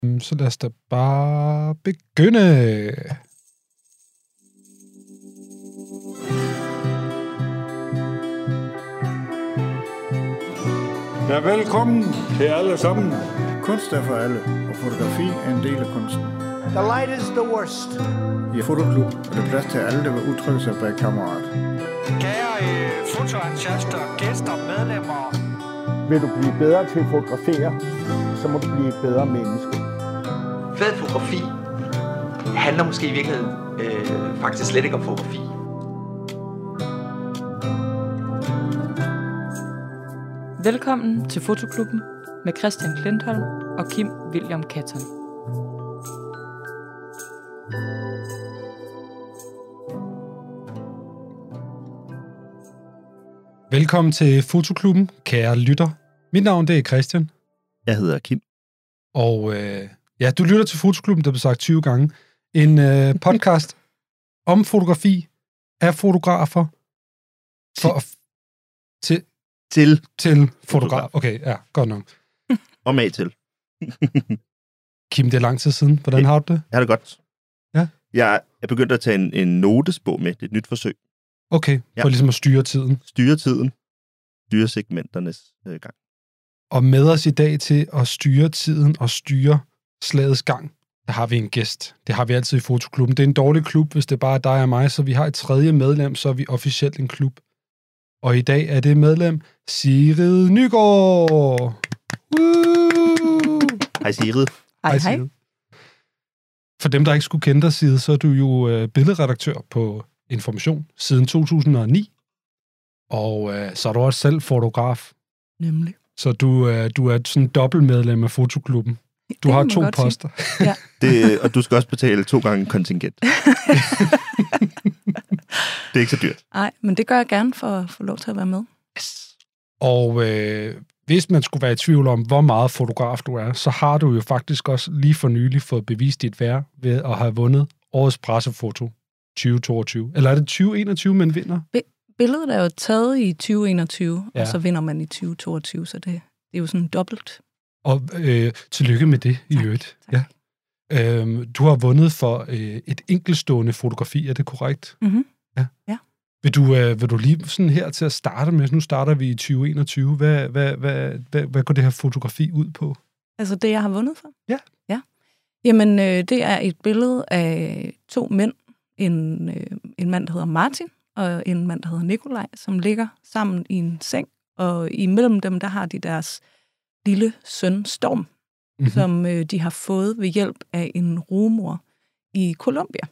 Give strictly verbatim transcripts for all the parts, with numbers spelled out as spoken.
Så lad os da bare begynde. Ja, velkommen til alle sammen. Kunst er for alle, og fotografi er en del af kunsten. The light is the worst. I Fotoklub er det plads til alle, der vil udtrykke sig bag kameraet. Kære øh, fotoentusiaster, gæster, medlemmer. Vil du blive bedre til at fotografere, så må du blive et bedre menneske. Fed fotografi handler måske i virkeligheden øh, faktisk slet ikke om fotografi. Velkommen til Fotoklubben med Christian Klintholm og Kim William Katton. Velkommen til Fotoklubben, kære lytter. Mit navn det er Christian. Jeg hedder Kim. Og øh, ja, du lytter til Fotoklubben, der blev sagt tyve gange. En øh, podcast om fotografi af fotografer for at til Til. til fotograf. Okay, ja, godt nok. Og med til. Kim, det er lang tid siden. Hvordan har du det? Jeg har det godt. Ja. Jeg er begyndt at tage en, en notesbog med. Det er et nyt forsøg. Okay, Ja. for ligesom at styre tiden. Styre tiden. Styre segmenternes øh, gang. Og med os i dag til at styre tiden og styre slagets gang, der har vi en gæst. Det har vi altid i Fotoklubben. Det er en dårlig klub, hvis det bare er dig og mig, så vi har et tredje medlem, så er vi officielt en klub. Og i dag er det medlem Sigrid Nygaard. Woo! Hej Sigrid. Hej, hej. Sigrid. For dem, der ikke skulle kende dig, Sigrid, så er du jo øh, billedredaktør på Information siden to tusind og ni. Og øh, så er du også selv fotograf. Nemlig. Så du, øh, du er sådan dobbeltmedlem af Fotoklubben. Du Det har må to man godt sige. poster. Ja. Det, og du skal også betale to gange kontingent. Det er ikke så dyrt. Nej, men det gør jeg gerne for at få lov til at være med. Yes. Og øh, hvis man skulle være i tvivl om, hvor meget fotograf du er, så har du jo faktisk også lige for nylig fået bevist dit værd ved at have vundet Årets Pressefoto tyve toogtyve. Eller er det tyve enogtyve, man vinder? Billedet er jo taget i tyve enogtyve, Ja. og så vinder man i tyve toogtyve, så det, det er jo sådan dobbelt. Og øh, tillykke med det i Tak, øvrigt. tak. Ja. Øhm, du har vundet for øh, et enkeltstående fotografi, er det korrekt? Mhm. Ja. Ja. Vil du, øh, vil du lige sådan her til at starte med, nu starter vi i tyve enogtyve, hvad, hvad, hvad, hvad, hvad går det her fotografi ud på? Altså det, jeg har vundet for? Ja. Ja. Jamen, øh, det er et billede af to mænd. En, øh, en mand, der hedder Martin, og en mand, der hedder Nikolaj, som ligger sammen i en seng. Og imellem dem, der har de deres lille søn Storm, Mm-hmm. som øh, de har fået ved hjælp af en rugemor i Colombia.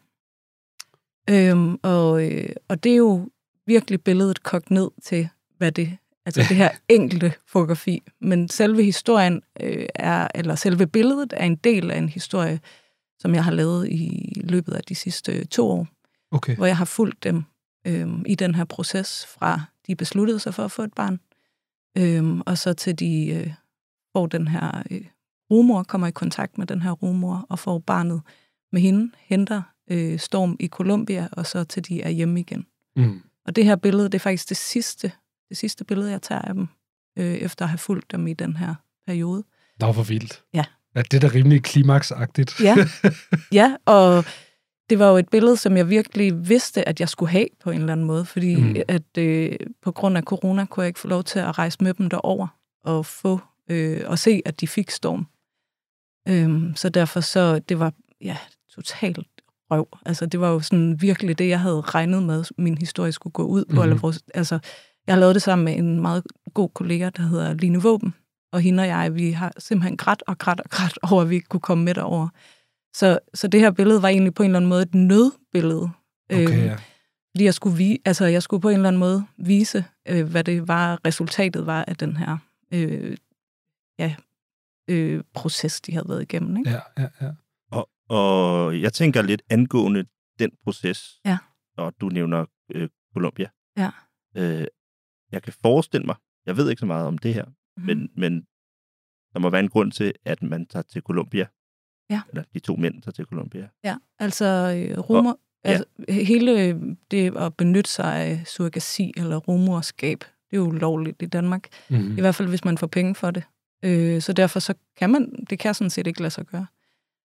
Øhm, og, øh, og det er jo virkelig billedet kogt ned til, hvad det altså det her enkelte fotografi. Men selve historien øh, er, eller selve billedet er en del af en historie, som jeg har lavet i løbet af de sidste to år, Okay. hvor jeg har fulgt dem øh, i den her proces, fra de besluttede sig for at få et barn, øh, og så til de øh, får den her øh, rugemor, kommer i kontakt med den her rugemor, og får barnet med hende, henter øh, Storm i Colombia, og så til de er hjemme igen. Mm. Og det her billede, det er faktisk det sidste, det sidste billede, jeg tager af dem, øh, efter at have fulgt dem i den her periode. Det var for vildt. Ja. Ja, det er da rimelig klimaksagtigt. Ja. Ja, og det var jo et billede, som jeg virkelig vidste, at jeg skulle have på en eller anden måde, fordi Mm. mm. at øh, på grund af corona kunne jeg ikke få lov til at rejse med dem derover og få øh, og se, at de fik Storm. Øhm, så derfor så, det var ja, totalt røv. Altså, det var jo sådan virkelig det, jeg havde regnet med, min historie skulle gå ud på. Mhm. Eller vores, altså, jeg har lavet det sammen med en meget god kollega, der hedder Line Våben, og hende og jeg, vi har simpelthen grædt og grædt og grædt over, at vi ikke kunne komme med derover. Så, så det her billede var egentlig på en eller anden måde et nødbillede. Okay, Øhm, ja. Fordi jeg skulle, vi, altså, jeg skulle på en eller anden måde vise, øh, hvad det var, resultatet var af den her øh, ja, øh, proces, de havde været igennem. Ikke? Ja, ja, ja. Og, og jeg tænker lidt angående den proces, Ja. og du nævner øh, Colombia. Ja. Øh, jeg kan forestille mig, jeg ved ikke så meget om det her, Mhm. men, men der må være en grund til, at man tager til Colombia. Ja. Eller de to mænd tager til Colombia. Ja, altså øh, rumor, ja. altså, hele det at benytte sig af surrogasi eller rumorskab, det er jo lovligt i Danmark. Mm-hmm. I hvert fald, hvis man får penge for det. Øh, så derfor så kan man, det kan sådan set ikke lade sig gøre.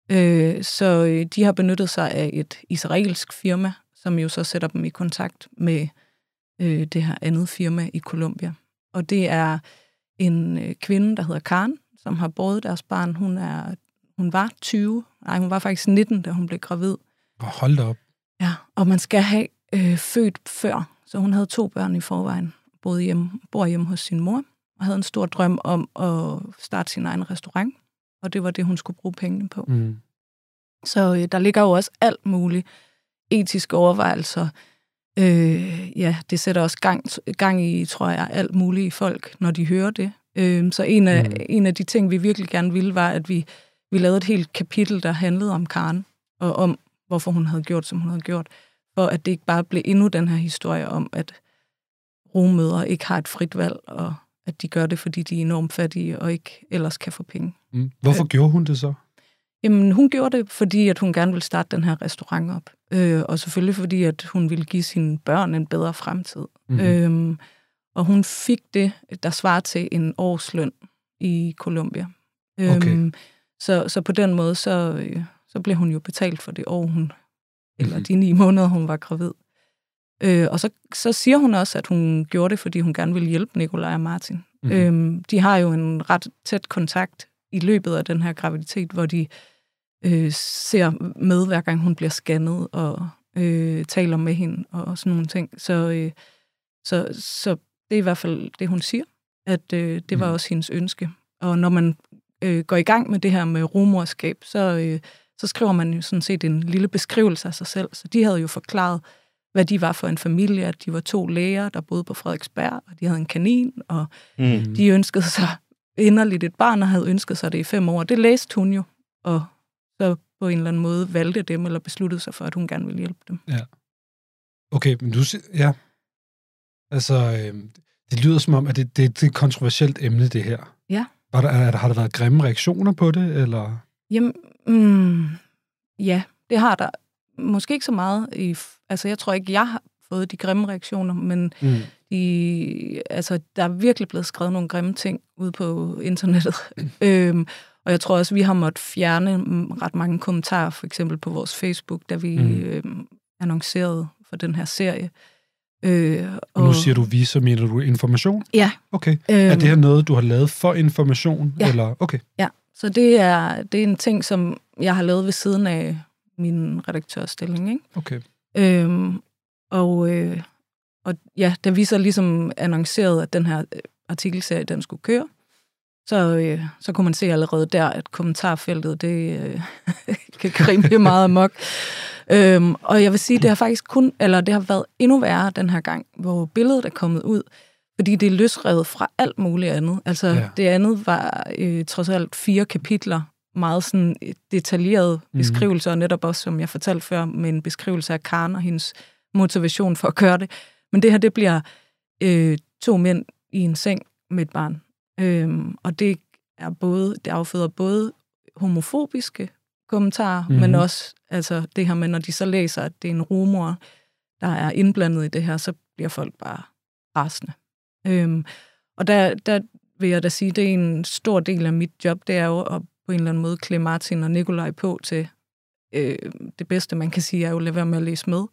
Øh, så øh, de har benyttet sig af et israelsk firma, som jo så sætter dem i kontakt med øh, det her andet firma i Colombia. Og det er en øh, kvinde, der hedder Karen, som har båret deres barn. Hun, er, hun var tyve, nej, hun var faktisk nitten, da hun blev gravid. Hold da op. Ja, og man skal have øh, født før. Så hun havde to børn i forvejen, boede hjemme, bor hjemme hos sin mor, og havde en stor drøm om at starte sin egen restaurant. Og det var det, hun skulle bruge pengene på. Mm. Så øh, der ligger jo også alt muligt etiske overvejelser. Øh, ja, det sætter også gang, gang i, tror jeg, alt muligt i folk, når de hører det. Øh, så en af, mm. en af de ting, vi virkelig gerne ville, var, at vi, vi lavede et helt kapitel, der handlede om Karen, og om, hvorfor hun havde gjort, som hun havde gjort, for at det ikke bare blev endnu den her historie om, at rugemødre ikke har et frit valg, og at de gør det, fordi de er enormt fattige, og ikke ellers kan få penge. Mm. Hvorfor øh, gjorde hun det så? Jamen, hun gjorde det, fordi at hun gerne ville starte den her restaurant op. Øh, og selvfølgelig fordi, at hun ville give sine børn en bedre fremtid. Mm-hmm. Øhm, og hun fik det, der svarer til en årsløn i Colombia. Okay. Øhm, så, så på den måde, så, øh, så blev hun jo betalt for det år, hun, mm-hmm. eller de ni måneder, hun var gravid. Øh, og så, så siger hun også, at hun gjorde det, fordi hun gerne ville hjælpe Nikolaj og Martin. Mm-hmm. Øhm, de har jo en ret tæt kontakt i løbet af den her graviditet, hvor de øh, ser med, hver gang hun bliver scannet, og øh, taler med hende, og sådan nogle ting. Så, øh, så, så det er i hvert fald det, hun siger, at øh, det var mm. også hendes ønske. Og når man øh, går i gang med det her med rugemorskab, så, øh, så skriver man jo sådan set en lille beskrivelse af sig selv. Så de havde jo forklaret, hvad de var for en familie, at de var to læger, der boede på Frederiksberg, og de havde en kanin, og mm. de ønskede sig inderligt et barn, og havde ønsket sig det i fem år. Det læste hun jo, og så på en eller anden måde valgte dem, eller besluttede sig for, at hun gerne ville hjælpe dem. Ja. Okay, men du siger, ja. Altså, øh, det lyder som om, at det, det, det er et kontroversielt emne, det her. Ja. Var der, er der, har der været grimme reaktioner på det, eller? Jamen, mm, ja, det har der. Måske ikke så meget. I, altså, jeg tror ikke, jeg har fået de grimme reaktioner, men mm. de, altså, der er virkelig blevet skrevet nogle grimme ting ude på internettet. øhm, og jeg tror også, vi har måttet fjerne ret mange kommentarer, for eksempel på vores Facebook, da vi mm. øhm, annoncerede for den her serie. Øh, og nu siger du vi, så mener du Information? Ja. Okay. Øhm, er det her noget, du har lavet for Information? Ja. Eller? Okay. Ja, så det er, det er en ting, som jeg har lavet ved siden af min redaktørstilling, ikke? Okay. Øhm, og, øh, og ja, da vi så ligesom annoncerede, at den her artikelserie, den skulle køre, så, øh, så kunne man se allerede der, at kommentarfeltet, det øh, kan grime meget amok. Øhm, og jeg vil sige, det har faktisk kun, eller det har været endnu værre den her gang, hvor billedet er kommet ud, fordi det er løsrevet fra alt muligt andet. Altså, ja. Det andet var øh, trods alt fire kapitler, meget sådan detaljerede beskrivelser, mm. og netop også, som jeg fortalte før, med en beskrivelse af Karen og hendes motivation for at gøre det. Men det her, det bliver øh, to mænd i en seng med et barn. Øhm, og det er både, det afføder både homofobiske kommentarer, mm. men også altså, det her med, når de så læser, at det er en rumor, der er indblandet i det her, så bliver folk bare rasende. Øhm, og der, der vil jeg da sige, det er en stor del af mit job, det er jo at på en eller anden måde klæde Martin og Nikolaj på til øh, det bedste, man kan sige, er jo at lade være med at læse med.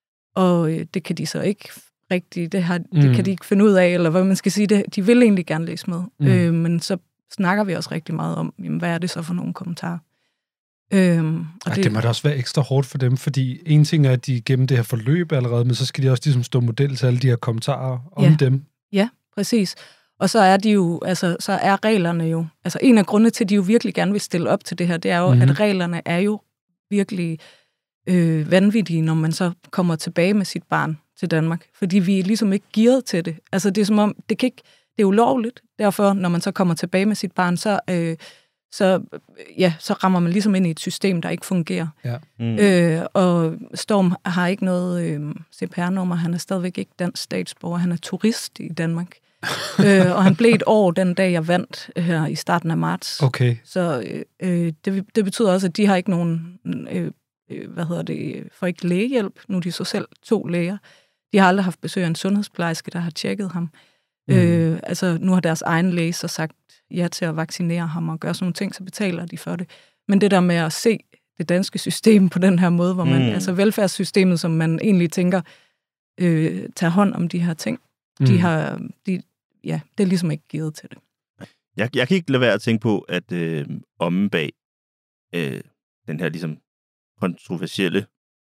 Og øh, det kan de så ikke rigtigt, det, har, mm. det kan de ikke finde ud af, eller hvad man skal sige, det, de vil egentlig gerne læse med. Mm. Øh, men så snakker vi også rigtig meget om, jamen, hvad er det så for nogle kommentarer? Øhm, og Ej, det, det må da også være ekstra hårdt for dem, fordi en ting er, at de gennem det her forløb allerede, men så skal de også ligesom stå model til alle de her kommentarer om ja. dem. Ja, præcis. Og så er de jo, altså, så er reglerne jo, altså en af grundene til, at de jo virkelig gerne vil stille op til det her, det er jo, mm-hmm. at reglerne er jo virkelig øh, vanvittige, når man så kommer tilbage med sit barn til Danmark. Fordi vi er ligesom ikke gearet til det. Altså det er som om, det kan ikke, det er ulovligt. Derfor, når man så kommer tilbage med sit barn, så, øh, så, ja, så rammer man ligesom ind i et system, der ikke fungerer. Ja. Mm. Øh, og Storm har ikke noget øh, C P R-nummer. Han er stadigvæk ikke dansk statsborger. Han er turist i Danmark. øh, og han blev et år den dag, jeg vandt her i starten af marts. Okay. Så øh, det, det betyder også, at de har ikke nogen, øh, hvad hedder det, får ikke lægehjælp. Nu er de så selv to læger. De har aldrig haft besøg af en sundhedsplejerske, der har tjekket ham. Mm. Øh, altså, nu har deres egen læge så sagt ja til at vaccinere ham og gøre sådan nogle ting, så betaler de for det. Men det der med at se det danske system på den her måde, hvor man, mm. altså velfærdssystemet, som man egentlig tænker, øh, tager hånd om de her ting, mm. de har, de, ja, det er ligesom ikke givet til det. Jeg, jeg kan ikke lade være at tænke på, at øh, omme bag øh, den her ligesom kontroversielle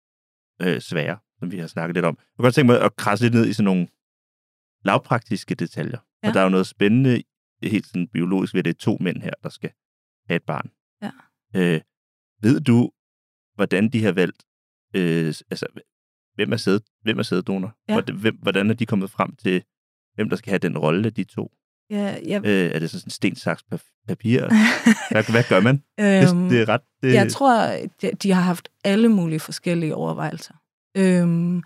øh, sfære, som vi har snakket lidt om, jeg kan godt tænke mig at krasse lidt ned i sådan nogle lavpraktiske detaljer. Ja. Og der er jo noget spændende, helt sådan biologisk ved, at det er to mænd her, der skal have et barn. Ja. Øh, ved du, hvordan de har valgt, øh, altså, hvem er, sæd, hvem er sæddonor? Ja. Hvem, hvordan er de kommet frem til, hvem der skal have den rolle af de to? Ja, ja. Øh, er det sådan en sten, saks, papir? hvad, hvad gør man? Øhm, det, det er ret... Det... Jeg tror, de har haft alle mulige forskellige overvejelser. Øhm,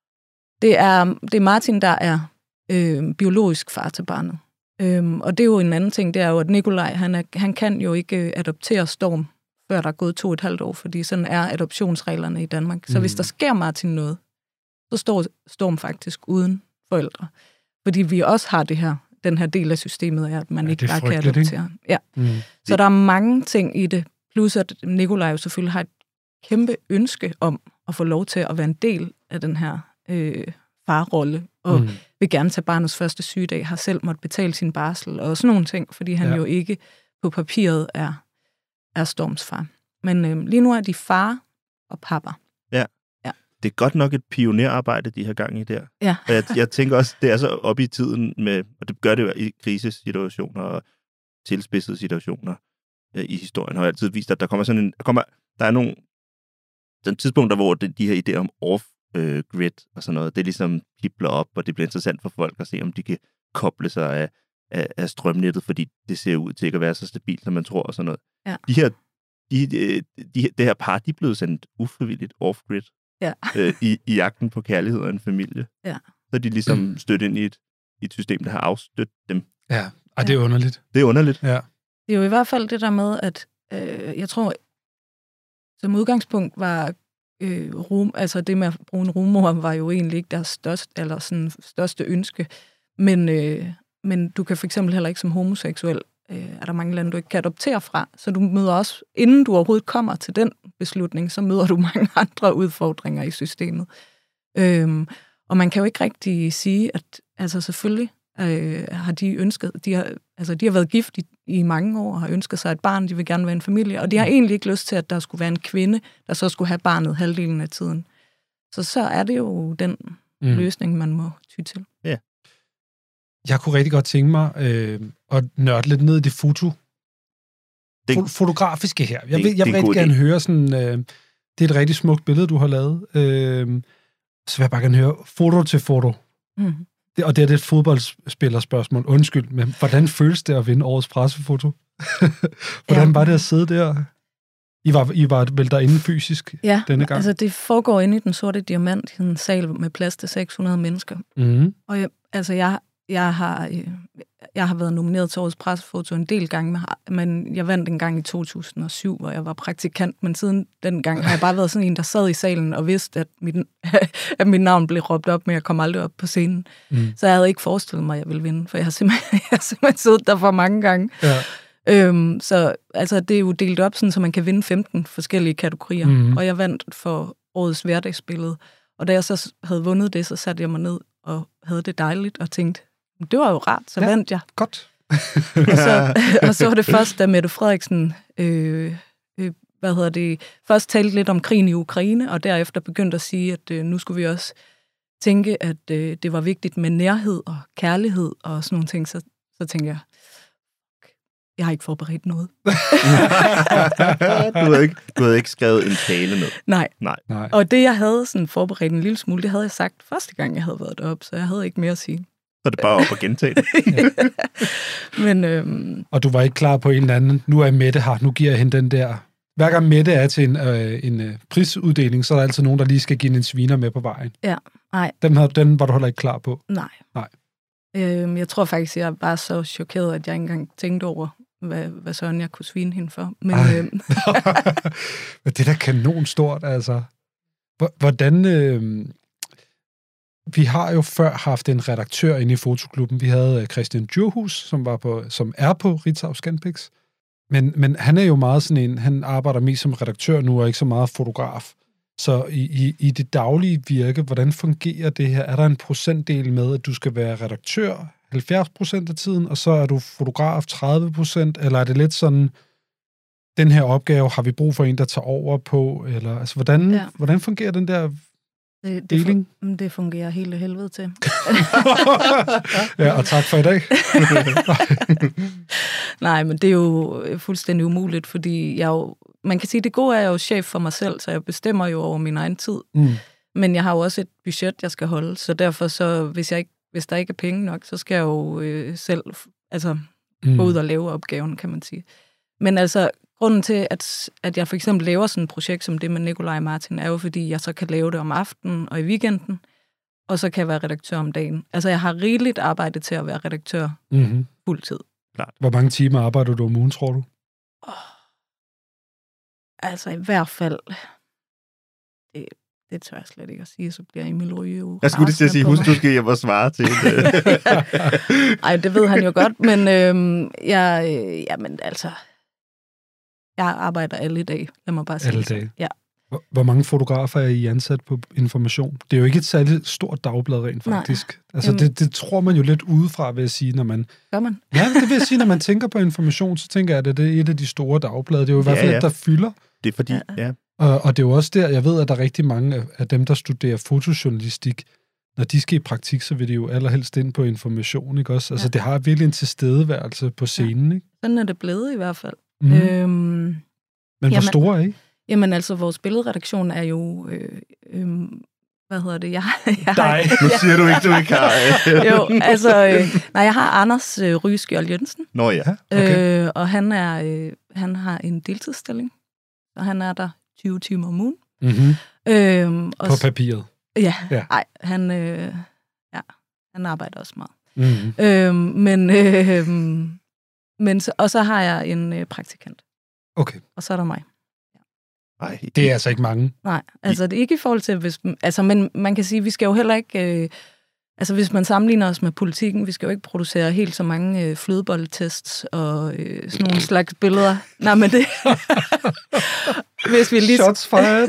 det, er, det er Martin, der er øh, biologisk far til barnet. Øhm, og det er jo en anden ting, det er jo, at Nikolaj, han, er, han kan jo ikke adoptere Storm, før der er gået to og et halvt år, fordi sådan er adoptionsreglerne i Danmark. Så mm. hvis der sker Martin noget, så står Storm faktisk uden forældre. Fordi vi også har det her, den her del af systemet er, at man ja, ikke bare kan adoptere. Ja. Mm. Så der er mange ting i det. Plus at Nikolaj jo selvfølgelig har et kæmpe ønske om at få lov til at være en del af den her øh, farrolle, og mm. vil gerne tage barnets første sygedag, har selv måtte betale sin barsel, og sådan nogle ting, fordi han ja. jo ikke på papiret er, er Storms far. Men øh, lige nu er de far og pappa. Ja. ja. Det er godt nok et pionerarbejde, de har gang i der. Ja. Og jeg, jeg tænker også, det er så oppe i tiden med, og det gør det jo i krisesituationer og tilspidsede situationer øh, i historien, har altid vist, at der kommer sådan en, der, kommer, der er nogle sådan tidspunkter, hvor det, de her idéer om off-grid og sådan noget, det ligesom pibler op, og det bliver interessant for folk at se, om de kan koble sig af, af, af strømnettet, fordi det ser ud til ikke at være så stabilt, som man tror og sådan noget. Ja. De her, de, de, de, det her par, de er blevet sendt ufrivilligt off-grid ja. øh, i, i jagten på kærlighed og en familie. Ja. Så er de ligesom stødt ind i et, i et system, der har afstødt dem. Ja, og det er underligt. Det er underligt. Ja. Det er jo i hvert fald det der med, at øh, jeg tror, som udgangspunkt var øh, rum, altså det med at bruge en rummor, var jo egentlig ikke deres største, eller sådan, største ønske. Men, øh, men du kan for eksempel heller ikke som homoseksuel, øh, er der mange lande, du ikke kan adoptere fra. Så du møder også, inden du overhovedet kommer til den beslutning, så møder du mange andre udfordringer i systemet. Øhm, og man kan jo ikke rigtig sige, at altså selvfølgelig øh, har de ønsket, de har, altså de har været gift i, i mange år og har ønsket sig et barn, de vil gerne være en familie, og de har egentlig ikke lyst til, at der skulle være en kvinde, der så skulle have barnet halvdelen af tiden. Så så er det jo den mm. løsning, man må ty til. Ja. Jeg kunne rigtig godt tænke mig øh, at nørde lidt ned i det foto. Det, Fo- fotografiske her. Jeg vil, jeg vil rigtig gerne idé. høre sådan, øh, det er et rigtig smukt billede, du har lavet. Øh, så vil jeg bare gerne høre foto til foto. Mm. Det, og det er det et fodboldspillerspørgsmål. Undskyld, men hvordan føles det at vinde årets pressefoto? hvordan ja. var det at sidde der? I var, I var vel derinde fysisk ja, denne gang? altså det foregår inde i den sorte diamant, i en sal med plads til seks hundrede mennesker. Mm. Og jeg, altså jeg, jeg, har, jeg har været nomineret til årets pressefoto en del gange, men jeg vandt en gang i to tusind og syv, hvor jeg var praktikant, men siden den gang har jeg bare været sådan en, der sad i salen og vidste, at mit, at mit navn blev råbt op, men jeg kom aldrig op på scenen. Mm. Så jeg havde ikke forestillet mig, at jeg ville vinde, for jeg har simpelthen, jeg har simpelthen siddet der for mange gange. Ja. Øhm, så altså, det er jo delt op, sådan, så man kan vinde femten forskellige kategorier. Mm-hmm. Og jeg vandt for årets hverdagsbillede. Og da jeg så havde vundet det, så satte jeg mig ned og havde det dejligt og tænkte, det var jo rart, så ja, vandt jeg. Godt. og, så, og så var det først, da Mette Frederiksen øh, øh, hvad hedder det, først talte lidt om krigen i Ukraine, og derefter begyndte at sige, at øh, nu skulle vi også tænke, at øh, det var vigtigt med nærhed og kærlighed og sådan nogle ting. Så, så tænkte jeg, jeg har ikke forberedt noget. du, havde ikke, du havde ikke skrevet en tale ned? Nej. Nej. Og det, jeg havde sådan forberedt en lille smule, det havde jeg sagt første gang, jeg havde været deroppe, så jeg havde ikke mere at sige. Så er det bare op og gentage det. Men, øhm... Og du var ikke klar på en eller anden, nu er Mette her, nu giver jeg hende den der. Hver gang Mette er til en, øh, en øh, prisuddeling, så er der altid nogen, der lige skal give en sviner med på vejen. Ja, nej. Den, havde, den var du heller ikke klar på? Nej. Nej. Øhm, jeg tror faktisk, jeg var så chokeret, at jeg ikke engang tænkte over, hvad, hvad søren jeg kunne svine hende for. Men, øhm... Men det er da kanonstort, altså. Hvordan... Øh... Vi har jo før haft en redaktør inde i fotoklubben. Vi havde Christian Djurhus, som, var på, som er på Ritzau Scanpix. Men, men han er jo meget sådan en, han arbejder mest som redaktør nu, og ikke så meget fotograf. Så i, i, i det daglige virke, hvordan fungerer det her? Er der en procentdel med, at du skal være redaktør halvfjerds procent af tiden, og så er du fotograf tredive procent, eller er det lidt sådan, den her opgave har vi brug for en, der tager over på, eller altså, hvordan, ja. hvordan fungerer den der det, det deling? Fu- det fungerer hele helvede til. Ja, og tak for i dag. Nej, men det er jo fuldstændig umuligt, fordi jeg jo, man kan sige, det gode er, at jeg er jo chef for mig selv, så jeg bestemmer jo over min egen tid. Mm. Men jeg har jo også et budget, jeg skal holde, så derfor så, hvis, jeg ikke, hvis der ikke er penge nok, så skal jeg jo øh, selv altså, mm. gå ud og lave opgaven, kan man sige. Men altså, grunden til, at, at jeg for eksempel laver sådan et projekt som det med Nikolaj og Martin, er jo, fordi jeg så kan lave det om aftenen og i weekenden, og så kan jeg være redaktør om dagen. Altså, jeg har rigeligt arbejde til at være redaktør mm-hmm. fuldtid. Klart. Hvor mange timer arbejder du om ugen, tror du? Oh. Altså, i hvert fald... Det, det tør jeg slet ikke at sige, så bliver Emil Ryge jo... Jeg skulle lige til at sige, husk, du skal hjem og svare til det. Ej, det ved han jo godt, men øhm, jeg... Øh, jamen, altså... Jeg arbejder alle dage, lad mig bare sige alle dage. Ja. Hvor, hvor mange fotografer er I ansat på Information? Det er jo ikke et særligt stort dagblad rent faktisk. Nej. Altså det, det tror man jo lidt udefra, vil jeg sige, når man... Gør man? Ja, det vil jeg sige, når man tænker på Information, så tænker jeg, at det er et af de store dagblade. Det er jo i hvert fald ja, ja. et, der fylder. Det er fordi, ja. ja. Og, og det er jo også der, jeg ved, at der er rigtig mange af, af dem, der studerer fotojournalistik, når de skal i praktik, så vil de jo allerhelst ind på Information, ikke også? Altså ja. Det har virkelig en tilstedeværelse på scenen, ikke? Sådan er det blevet i hvert fald. Mm. Øhm, Men hvor jamen, store er I? Jamen altså, vores billedredaktion er jo... Øh, øh, hvad hedder det? Jeg, jeg Nej, nu siger du ikke, du ikke har... jo, altså... Øh, nej, jeg har Anders øh, Rygeskjold Jensen. Nå ja, okay. Øh, og han, er, øh, han har en deltidsstilling, og han er der tyve timer om ugen. Mm-hmm. Øhm, og på papiret? Ja, ja. Ej, han, øh, ja, han arbejder også meget. Mm-hmm. Øhm, men... Øh, men så, og så har jeg en øh, praktikant. Okay. Og så er der mig. Nej, det er altså ikke mange. Nej, altså det er ikke i forhold til, hvis, altså, men man kan sige, vi skal jo heller ikke, øh, altså hvis man sammenligner os med politikken, vi skal jo ikke producere helt så mange øh, flødebolletests og øh, sådan nogle slags billeder. Nej, men det... hvis vi lige... Shots fired!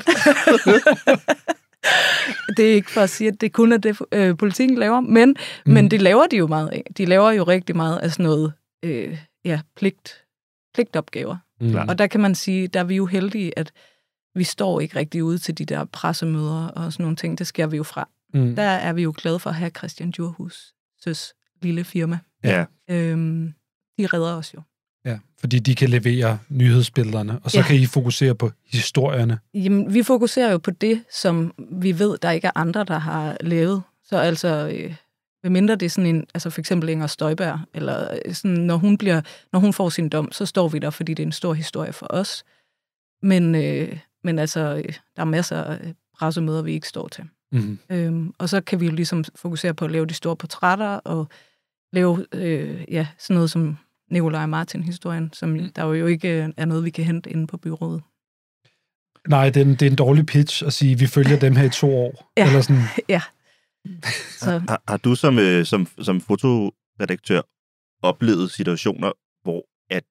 Det er ikke for at sige, at det kun er det, øh, politikken laver, men, mm. men det laver de jo meget af. De laver jo rigtig meget af sådan noget, øh, ja, pligt, pligtopgaver. Mm. Og der kan man sige, der er vi jo heldige, at vi står ikke rigtig ude til de der pressemøder og sådan nogle ting. Det sker vi jo fra. Mm. Der er vi jo glade for at have Christian Djurhus' søs lille firma. Ja. Øhm, de redder os jo. Ja, fordi de kan levere nyhedsbillederne, og så ja. kan I fokusere på historierne. Jamen, vi fokuserer jo på det, som vi ved, der ikke er andre, der har lavet. Så altså, øh, medmindre det er sådan en, altså for eksempel Inger Støjberg, eller sådan, når hun bliver, når hun får sin dom, så står vi der, fordi det er en stor historie for os. Men, øh, men altså, øh, der er masser af pressemøder, vi ikke står til. Mm-hmm. Øhm, og så kan vi jo ligesom fokusere på at lave de store portrætter, og lave øh, ja, sådan noget som Nikolaj og Martin-historien, som mm. der jo ikke er noget, vi kan hente inde på byrådet. Nej, det er, en, det er en dårlig pitch at sige, at vi følger dem her i to år. Ja, eller sådan. ja. Så. Har, har du som, øh, som, som fotoredaktør oplevet situationer, hvor at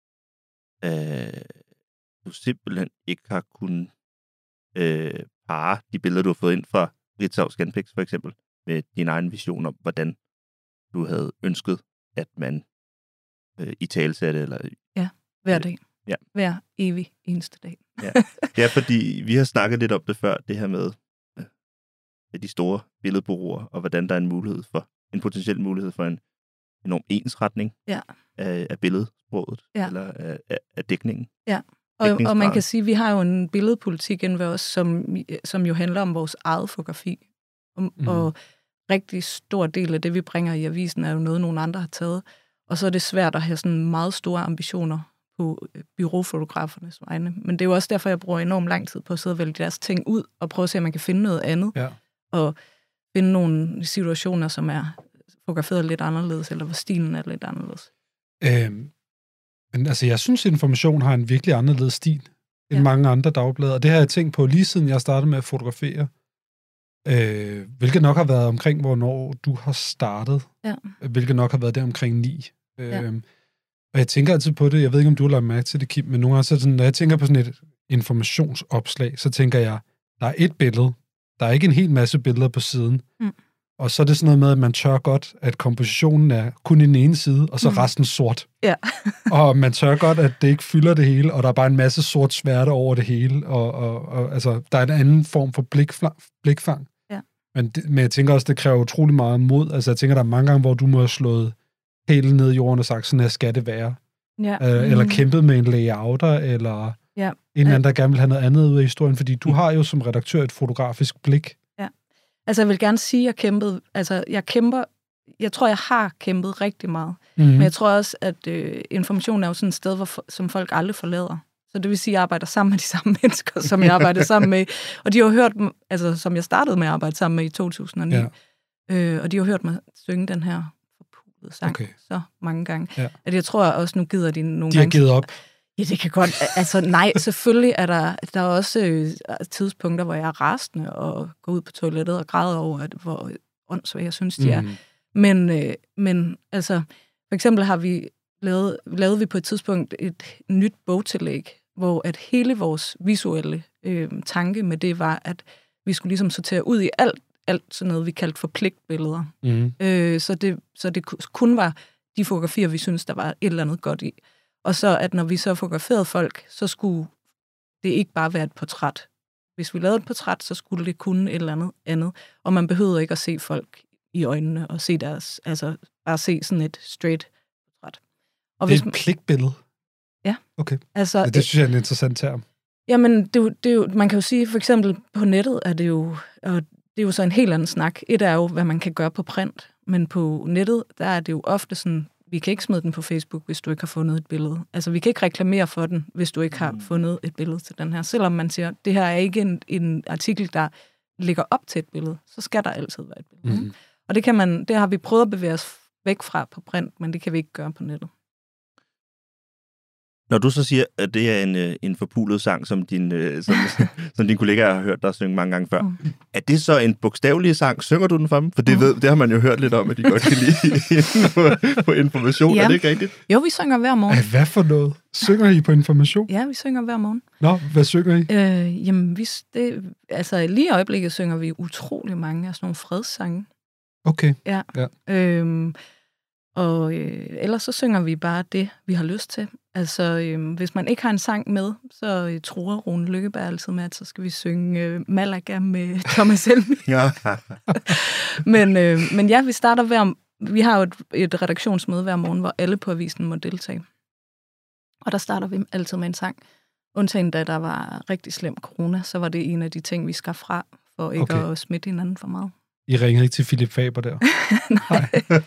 øh, du simpelthen ikke har kunnet øh, parre de billeder, du har fået ind fra Ritzau Scanpix for eksempel, med din egen vision om, hvordan du havde ønsket, at man øh, i talsatte eller... Ja, hver dag. Ja. Hver evig eneste dag. Ja. Ja, fordi vi har snakket lidt om det før, det her med de store billedbureauer, og hvordan der er en mulighed for, en potentiel mulighed for en enorm ensretning ja. af, af billedsproget, ja. eller af, af, af dækningen. Ja, og, og man kan sige, at vi har jo en billedpolitik inden ved os, som, som jo handler om vores eget fotografi. Og, mm. og rigtig stor del af det, vi bringer i avisen, er jo noget, nogle andre har taget. Og så er det svært at have sådan meget store ambitioner på bureaufotografernes vegne. Men det er jo også derfor, jeg bruger enormt lang tid på at sidde og vælge deres ting ud, og prøve at se, om man kan finde noget andet. Ja. Og finde nogle situationer, som er fotograferet lidt anderledes, eller hvor stilen er lidt anderledes. Øhm, men altså, jeg synes, Information har en virkelig anderledes stil end ja. mange andre dagblade, og det har jeg tænkt på lige siden jeg startede med at fotografere. Øh, hvilket nok har været omkring, hvornår du har startet. Ja. Hvilket nok har været der omkring ni. Øh, ja. Og jeg tænker altid på det, jeg ved ikke, om du har lagt mærke til det, Kim, men nogle gange så sådan, når jeg tænker på sådan et informationsopslag, så tænker jeg, der er et billede, der er ikke en hel masse billeder på siden. Mm. Og så er det sådan noget med, at man tør godt, at kompositionen er kun i den ene side, og så mm. resten sort. Ja. Og man tør godt, at det ikke fylder det hele, og der er bare en masse sort sværte over det hele, og, og, og altså, der er en anden form for blikfang. blikfang. Ja. Men, det, men jeg tænker også, det kræver utrolig meget mod. Altså jeg tænker, der er mange gange, hvor du må have slået helt ned i jorden og sagt, sådan her skal det være. Ja. Øh, mm. Eller kæmpet med en layouter, eller ja. en eller anden, der gerne vil have noget andet ud af historien, fordi du har jo som redaktør et fotografisk blik. Ja. Altså jeg vil gerne sige, at jeg kæmpede, altså jeg kæmper, jeg tror, jeg har kæmpet rigtig meget. Mm-hmm. Men jeg tror også, at øh, information er jo sådan et sted, hvor, som folk aldrig forlader. Så det vil sige, at jeg arbejder sammen med de samme mennesker, som jeg arbejder sammen med. Og de har jo hørt, altså som jeg startede med at arbejde sammen med i to tusind og ni. Ja. Øh, og de har hørt mig synge den her forpulede sang okay. så mange gange. Ja. At jeg tror også, nu gider de nogle de gange... De har givet op. Ja, det kan godt... Altså nej, selvfølgelig er der, der er også øh, tidspunkter, hvor jeg er rasende og går ud på toilettet og græder over, at, hvor åndssvagt jeg synes, de mm. er. Men, øh, men altså, for eksempel har vi lavet, lavede vi på et tidspunkt et nyt bogtillæg, hvor at hele vores visuelle øh, tanke med det var, at vi skulle ligesom sortere ud i alt, alt sådan noget, vi kaldte for pligtbilleder. Mm. Øh, så, det, så det kun var de fotografier, vi synes der var et eller andet godt i. Og så, at når vi så fotograferede folk, så skulle det ikke bare være et portræt. Hvis vi lavede et portræt, så skulle det kunne et eller andet andet. Og man behøvede ikke at se folk i øjnene og se deres, altså bare se sådan et straight portræt. Og det er hvis, et pligtbillede? Ja. Okay. Altså, ja, det synes jeg er en interessant term. Jamen, det, det er jo, man kan jo sige, for eksempel på nettet er det jo, og det er jo så en helt anden snak. Et er jo, hvad man kan gøre på print, men på nettet, der er det jo ofte sådan, vi kan ikke smide den på Facebook, hvis du ikke har fundet et billede. Altså, vi kan ikke reklamere for den, hvis du ikke har fundet et billede til den her. Selvom man siger, det her er ikke en, en artikel, der ligger op til et billede, så skal der altid være et billede. Mm. Og det kan man, det har vi prøvet at bevæge os væk fra på print, men det kan vi ikke gøre på nettet. Når du så siger, at det er en, en forpulet sang, som din, som, som din kollega har hørt dig synge mange gange før, mm. er det så en bogstavelig sang? Synger du den for dem? For det, ved, det har man jo hørt lidt om, at de godt kan lide på, på information. Ja. Er det ikke rigtigt? Jo, vi synger hver morgen. Ej, hvad for noget? Synger I på information? Ja, vi synger hver morgen. Nå, hvad synger I? Øh, jamen, vi, det, altså lige i øjeblikket synger vi utrolig mange af sådan nogle fredssange. Okay. Ja. ja. Øhm, og øh, ellers så synger vi bare det, vi har lyst til. Altså, øh, hvis man ikke har en sang med, så øh, tror Rune Lykkeberg altid med, at så skal vi synge øh, Malaga med Thomas Helmig. ja. men, øh, men ja, vi starter hver... Vi har jo et, et redaktionsmøde hver morgen, hvor alle på avisen må deltage. Og der starter vi altid med en sang. Undtagen da der var rigtig slem corona, så var det en af de ting, vi skal fra, for ikke okay. at smitte hinanden for meget. I ringer ikke til Philip Faber der? Nej.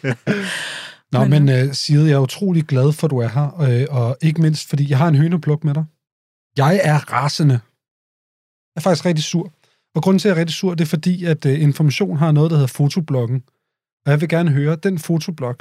Nå, men, men uh, Sigrid, jeg er utrolig glad for, at du er her, øh, og ikke mindst, fordi jeg har en hønepluk med dig. Jeg er rasende. Jeg er faktisk rigtig sur. Og grunden til, at jeg er rigtig sur, det er fordi, at uh, Information har noget, der hedder fotobloggen. Og jeg vil gerne høre, den fotoblog,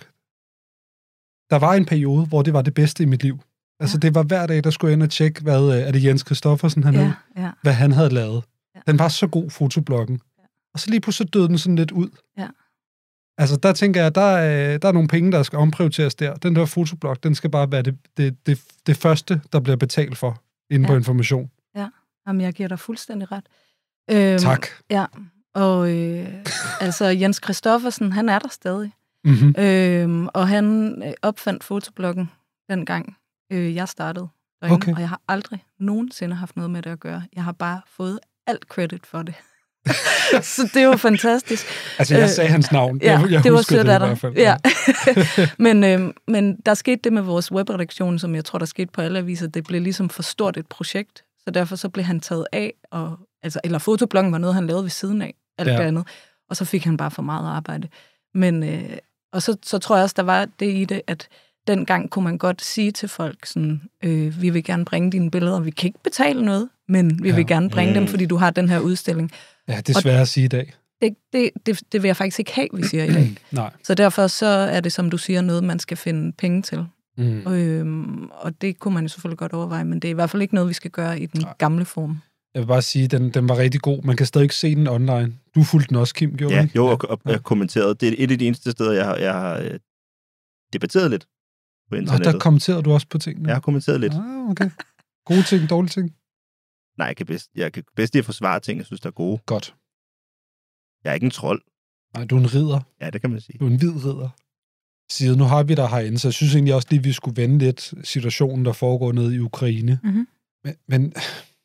der var en periode, hvor det var det bedste i mit liv. Altså, ja. Det var hver dag, der skulle jeg ind og tjekke, hvad uh, er det Jens Christoffersen, han ja, hed? Ja. Hvad han havde lavet. Ja. Den var så god, fotobloggen. Ja. Og så lige pludselig døde den sådan lidt ud. Ja. Altså, der tænker jeg, der er, der er nogle penge, der skal omprioriteres der. Den der fotoblog, den skal bare være det, det, det, det første, der bliver betalt for inde ja. på Information. Ja, jamen jeg giver dig fuldstændig ret. Øhm, tak. Ja, og øh, altså Jens Christoffersen, han er der stadig. Mm-hmm. Øhm, og han opfandt fotobloggen dengang øh, jeg startede derinde, okay. og jeg har aldrig nogensinde haft noget med det at gøre. Jeg har bare fået alt credit for det. Så det var fantastisk. Altså, jeg sagde hans navn. Ja, jeg, jeg det var sødt af dig. I hvert fald. Ja. men, øh, men der skete det med vores webredaktion, som jeg tror, der skete på alle aviser. Det blev ligesom for stort et projekt, så derfor så blev han taget af, og, altså, eller fotobloggen var noget, han lavede ved siden af, alt ja. det andet, og så fik han bare for meget arbejde. Men, øh, og så, så tror jeg også, der var det i det, at dengang kunne man godt sige til folk sådan, øh, vi vil gerne bringe dine billeder, vi kan ikke betale noget, men vi ja. vil gerne bringe mm. dem, fordi du har den her udstilling. Ja, det er svært at sige i dag. Det, det, det, det vil jeg faktisk ikke have, vi siger i dag. Nej. Så derfor så er det, som du siger, noget, man skal finde penge til. Mm. Og, øhm, og det kunne man jo selvfølgelig godt overveje, men det er i hvert fald ikke noget, vi skal gøre i den Nej. gamle form. Jeg vil bare sige, at den, den var rigtig god. Man kan stadig ikke se den online. Du fulgte den også, Kim, gjorde ja, du ikke? Jo, og, og jeg kommenterede. Det er et af de eneste steder, jeg har, jeg har debatteret lidt på Og internettet. der kommenterede du også på tingene? Jeg har kommenteret lidt. Ah, okay. Gode ting, dårlige ting? Nej, jeg kan bedst, jeg kan bedst lide at forsvare ting, jeg synes, der er gode. Godt. Jeg er ikke en trold. Nej, du er en ridder. Ja, det kan man sige. Du er en hvid ridder. Siden nu har vi dig herinde, så jeg synes egentlig også lige, at vi skulle vende lidt situationen, der foregår nede i Ukraine. Mm-hmm. Men, men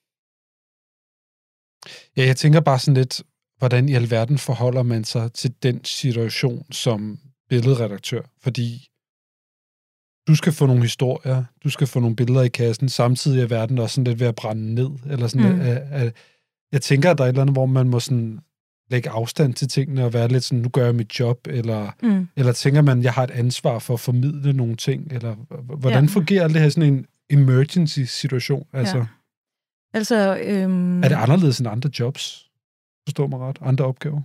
ja, jeg tænker bare sådan lidt, hvordan i alverden forholder man sig til den situation som billedredaktør? Fordi du skal få nogle historier, du skal få nogle billeder i kassen, samtidig er verden også sådan lidt ved at brænde ned. Eller sådan Mm. at, at, jeg tænker, at der er et eller andet, hvor man må sådan lægge afstand til tingene og være lidt sådan, nu gør jeg mit job, eller, Mm. eller tænker man, jeg har et ansvar for at formidle nogle ting, eller hvordan Ja. fungerer det her sådan en emergency-situation? Altså, Ja. Altså, øhm, er det anderledes end andre jobs? Forstår mig ret? Andre opgaver?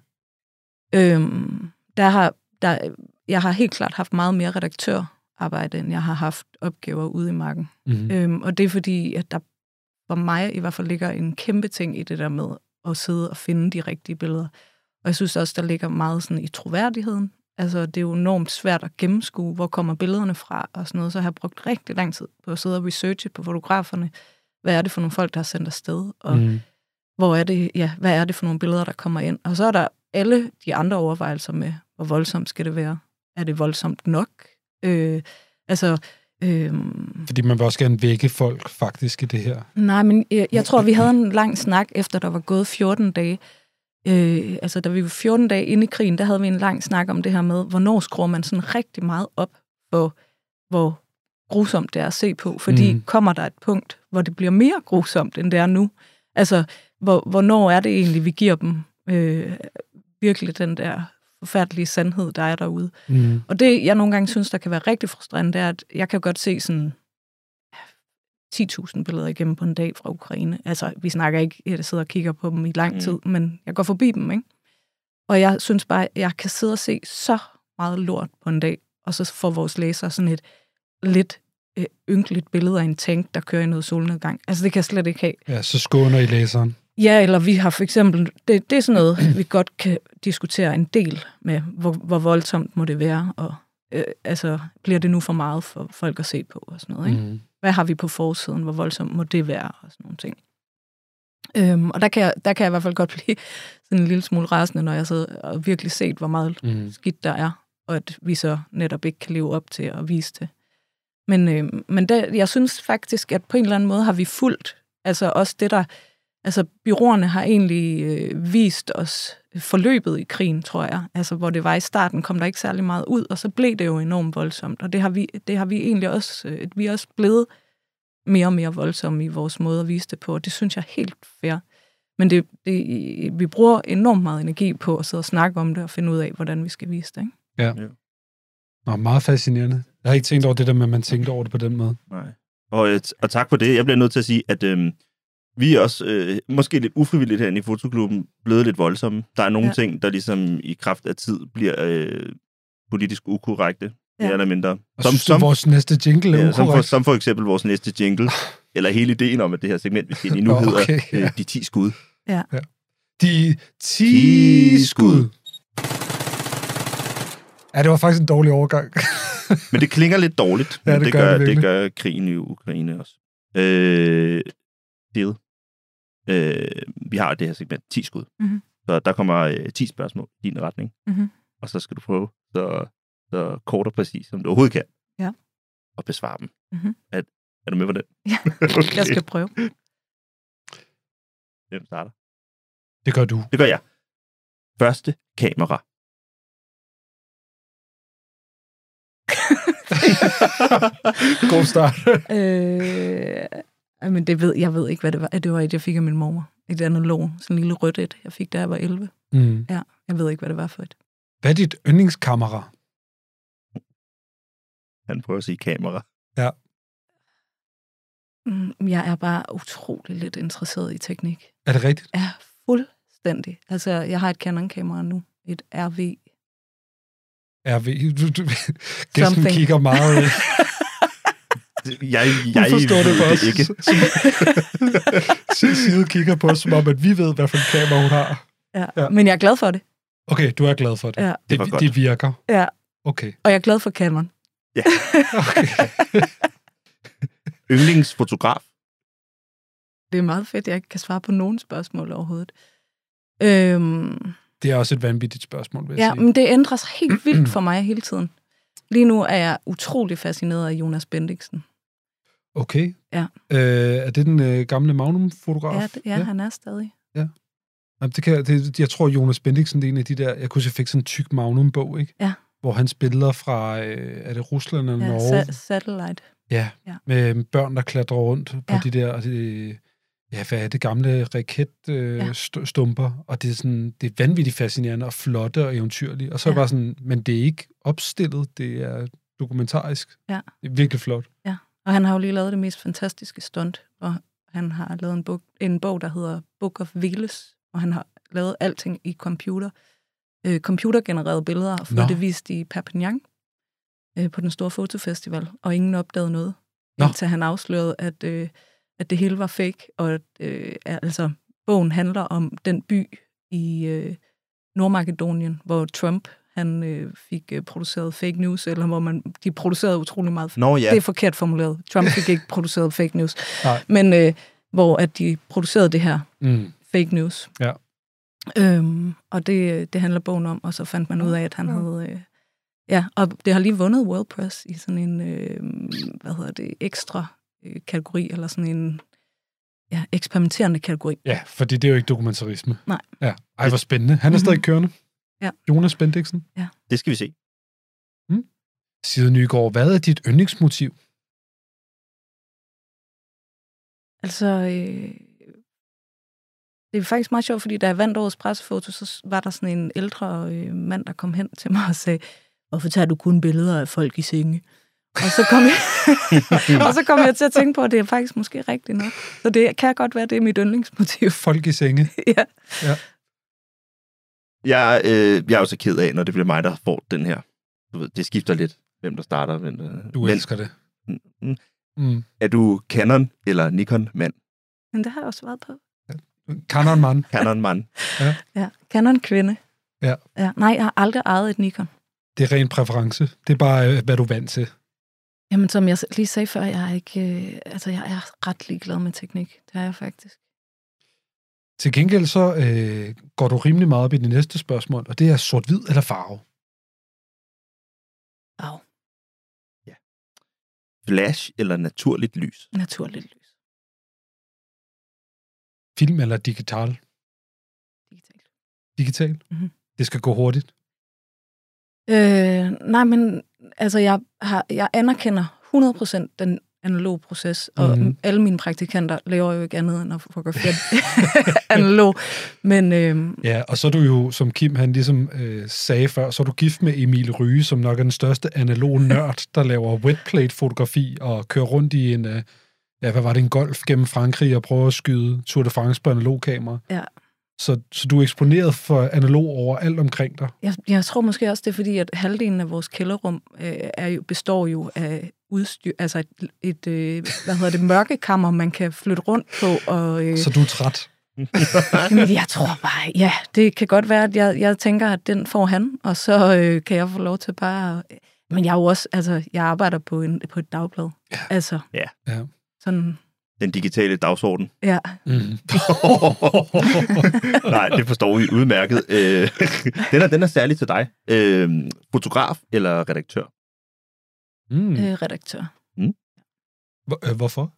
Øhm, der har, der, jeg har helt klart haft meget mere redaktørarbejde, end jeg har haft opgaver ude i marken. Mm-hmm. Øhm, og det er fordi, at der for mig i hvert fald ligger en kæmpe ting i det der med at sidde og finde de rigtige billeder. Og jeg synes også, der ligger meget sådan i troværdigheden. Altså, det er jo enormt svært at gennemskue, hvor kommer billederne fra og sådan noget. Så jeg har brugt rigtig lang tid på at sidde og researche på fotograferne. Hvad er det for nogle folk, der har sendt afsted? Og Mm. hvor er det, ja, hvad er det for nogle billeder, der kommer ind? Og så er der alle de andre overvejelser med, hvor voldsomt skal det være? Er det voldsomt nok? Øh, altså... Øh, Fordi man vil også gerne vække folk faktisk i det her. nej, men jeg, jeg tror, vi havde en lang snak, efter der var gået fjorten dage. Øh, altså, da vi var fjorten dage inde i krigen, der havde vi en lang snak om det her med, hvornår skruer man sådan rigtig meget op for, hvor grusomt det er at se på. Fordi Mm. mm. kommer der et punkt, hvor det bliver mere grusomt, end det er nu? Altså, hvor, hvornår er det egentlig, vi giver dem øh, virkelig den der forfærdelige sandhed, der er derude? Mm. Og det, jeg nogle gange synes, der kan være rigtig frustrerende, det er, at jeg kan godt se sådan ti tusind billeder igennem på en dag fra Ukraine. Altså, vi snakker ikke, at jeg sidder og kigger på dem i lang tid, mm. men jeg går forbi dem, ikke? Og jeg synes bare, at jeg kan sidde og se så meget lort på en dag, og så får vores læsere sådan et lidt øh, ynkeligt billede af en tank, der kører i noget solnedgang. Altså, det kan jeg slet ikke have. Ja, så skåner I læseren. Ja, eller vi har for eksempel, det, det er sådan noget, vi godt kan diskutere en del med, hvor, hvor voldsomt må det være, og øh, altså, bliver det nu for meget for folk at se på, og sådan noget, ikke? Mm. Hvad har vi på forsiden? Hvor voldsomt må det være? Og sådan nogle ting. Øhm, og der kan, jeg, der kan jeg i hvert fald godt blive sådan en lille smule rasende, når jeg sidder og virkelig set, hvor meget Mm. skidt der er, og at vi så netop ikke kan leve op til at vise det. Men, øhm, men der, jeg synes faktisk, at på en eller anden måde har vi fulgt, altså også det der, altså bureauerne har egentlig øh, vist os forløbet i krigen, tror jeg. Altså hvor det var i starten, kom der ikke særlig meget ud, og så blev det jo enormt voldsomt. Og det har vi, det har vi egentlig også, øh, vi er også blevet mere og mere voldsomme i vores måde at vise det på, og det synes jeg er helt fair. Men det, det, vi bruger enormt meget energi på at sidde og snakke om det, og finde ud af, hvordan vi skal vise det, ikke? Ja. Nå, meget fascinerende. Jeg har ikke tænkt over det der med, at man tænkte over det på den måde. Nej. Og, øh, og tak for det. Jeg bliver nødt til at sige, at øh, vi er også, øh, måske lidt ufrivilligt herinde i Fotoklubben, blevet lidt voldsomme. Der er nogle ja. ting, der ligesom i kraft af tid bliver øh, politisk ukorrekte, Ja. mere eller mindre. Og som, synes du, vores næste jingle er ja, som, for, ukorrekt? som for eksempel vores næste jingle, eller hele ideen om, at det her segment, vi skal ind i nu, Nå, hedder okay, ja. øh, De ti skud. Ja. Ja. De ti skud. Ja, det var faktisk en dårlig overgang. Men det klinger lidt dårligt. Ja, men det det, gør gør, det det, virkelig. gør krigen i Ukraine også. Øh, det. Øh, vi har det her segment ti skud. Mhm. Så der kommer øh, ti spørgsmål i din retning. Mhm. Og så skal du prøve så, så kort og præcis, som du overhovedet kan. Ja. Og besvare dem. Mhm. Er, er du med på den? Ja, Okay. jeg skal prøve. Hvem starter? Det gør du. Det gør jeg. Første kamera. God start. øh, men det ved, jeg ved ikke, hvad det var. Det var et, jeg fik af min mor. Et analog. Sådan en lille rødt et, jeg fik, da jeg var elleve. Mm. Ja, jeg ved ikke, hvad det var for et. Hvad er dit yndlingskamera? Han prøver at sige kamera. Ja. Mm, Jeg er bare utrolig lidt interesseret i teknik. Er det rigtigt? Ja, fuldstændig. Altså, jeg har et Canon-kamera nu. Et R V. R V. Du, du, gæsten Something. kigger meget. øh, Jeg, Hun jeg forstår det ved for os. det ikke. Sin side kigger på os, som om, at vi ved, hvad for en kamera hun har. Ja. Ja. Men jeg er glad for det. Okay, du er glad for det. Ja. Det var det, godt. det virker. Ja. Okay. Og jeg er glad for Canon. Ja. Okay. Yndlingsfotograf? Det er meget fedt, jeg ikke kan svare på nogen spørgsmål overhovedet. Øhm, Det er også et vanvittigt spørgsmål, vil jeg ja, sige. men det ændrer sig helt vildt for mig hele tiden. Lige nu er jeg utrolig fascineret af Jonas Bendiksen. Okay. Ja. Øh, er det den øh, gamle Magnum-fotograf? Ja, det, ja, ja, han er stadig. Ja. Jamen, det kan, det, jeg tror, Jonas Bendiksen det er en af de der... Jeg kunne se, jeg fik sådan en tyk Magnum-bog, ikke? Ja. Hvor han spiller fra... Øh, er det Rusland eller Ja, Norge? sa- Satellite. Ja, Ja. med børn, der klatrer rundt på Ja. de der... Det, ja, hvad er det? Gamle raketstumper. Øh, ja. Og det er, sådan, det er vanvittigt fascinerende og flotte og eventyrlige. Og så er Ja. det bare sådan... Men det er ikke opstillet. Det er dokumentarisk. Ja. Det er virkelig flot. Ja, og han har jo lige lavet det mest fantastiske stunt, og han har lavet en bog, en bog der hedder Book of Wheels, og han har lavet alting i computer, øh, computergenererede billeder, og fået Nå. det vist i Perpignan øh, på den store fotofestival, og ingen opdagede noget, Nå. indtil han afslørede, at, øh, at det hele var fake, og at, øh, altså, bogen handler om den by i øh, Nordmakedonien, hvor Trump han øh, fik øh, produceret fake news, eller hvor man, de producerede utrolig meget. Nå ja. Det er forkert formuleret. Trump fik ikke produceret fake news. Nej. Men øh, hvor at de producerede det her Mm. fake news. Ja. Øhm, og det, det handler bogen om, og så fandt man ud af, at han havde... Øh, ja, og det har lige vundet World Press i sådan en, øh, hvad hedder det, ekstra øh, kategori, eller sådan en ja, eksperimenterende kategori. Ja, fordi det er jo ikke dokumentarisme. Nej. Ja. Ej, hvor spændende. Han er stadig kørende. Ja. Jonas Bendiksen. Ja. Det skal vi se. Side Nygaard, hvad er dit yndlingsmotiv? Altså, øh, det er faktisk meget sjovt, fordi da jeg vandt årets pressefoto, så var der sådan en ældre øh, mand, der kom hen til mig og sagde, hvorfor tager du kun billeder af folk i senge? Og så kom jeg, og så kom jeg til at tænke på, at det er faktisk måske rigtigt nok. Så det kan godt være, det er mit yndlingsmotiv. Folk i senge. Ja. Ja. Jeg, øh, jeg er jo så ked af, når det bliver mig, der får den her. Du ved, det skifter lidt, hvem der starter. Men, øh, Du men, elsker det. Mm, Mm. er du Canon eller Nikon-mand? Men det har jeg også været på. Canon-mand. Canon-mand. Ja. Ja, Canon-kvinde. Ja. Ja. Nej, jeg har aldrig ejet et Nikon. Det er ren præference. Det er bare, øh, hvad du er vant til. Jamen, som jeg lige sagde før, jeg er ikke, øh, altså, jeg er ret ligeglad med teknik. Det er jeg faktisk. Til gengæld så øh, går du rimelig meget op i det næste spørgsmål, og det er sort-hvid eller farve? Au, Flash eller naturligt lys? naturligt lys. Film eller digital? Digitalt. Digital? Mhm. Det skal gå hurtigt. Øh, nej, men altså, jeg, har, jeg anerkender hundrede procent den analoge proces, og Mhm. alle mine praktikanter laver jo ikke andet end at fotografere analog. Men øh, Ja, og så er du jo, som Kim han ligesom øh, sagde før, så er du gift med Emil Ryge, som nok er den største analog nørd, der laver wetplate-fotografi og kører rundt i en, øh, ja, hvad var det, en Golf gennem Frankrig og prøver at skyde Tour de France på analogkamera. ja, Så, så du er eksponeret for analog over alt omkring dig. jeg, jeg tror måske også, det er fordi, at halvdelen af vores kælderrum øh, er jo, består jo af udstyr, altså et, et øh, hvad hedder det, mørkekammer, man kan flytte rundt på. Og, øh, Så du er træt. Jamen, jeg tror bare, ja, det kan godt være, at jeg, jeg tænker, at den får han, og så øh, kan jeg få lov til bare... Men jeg er jo også, altså, jeg arbejder på, en, på et dagblad. Ja. Altså, Ja. Ja. sådan, Den digitale dagsorden. ja. Mm. Nej, det forstår vi udmærket. Øh, den, er, den er særlig til dig. Øh, fotograf eller redaktør? Mm. Øh, redaktør. Hvor, øh, hvorfor?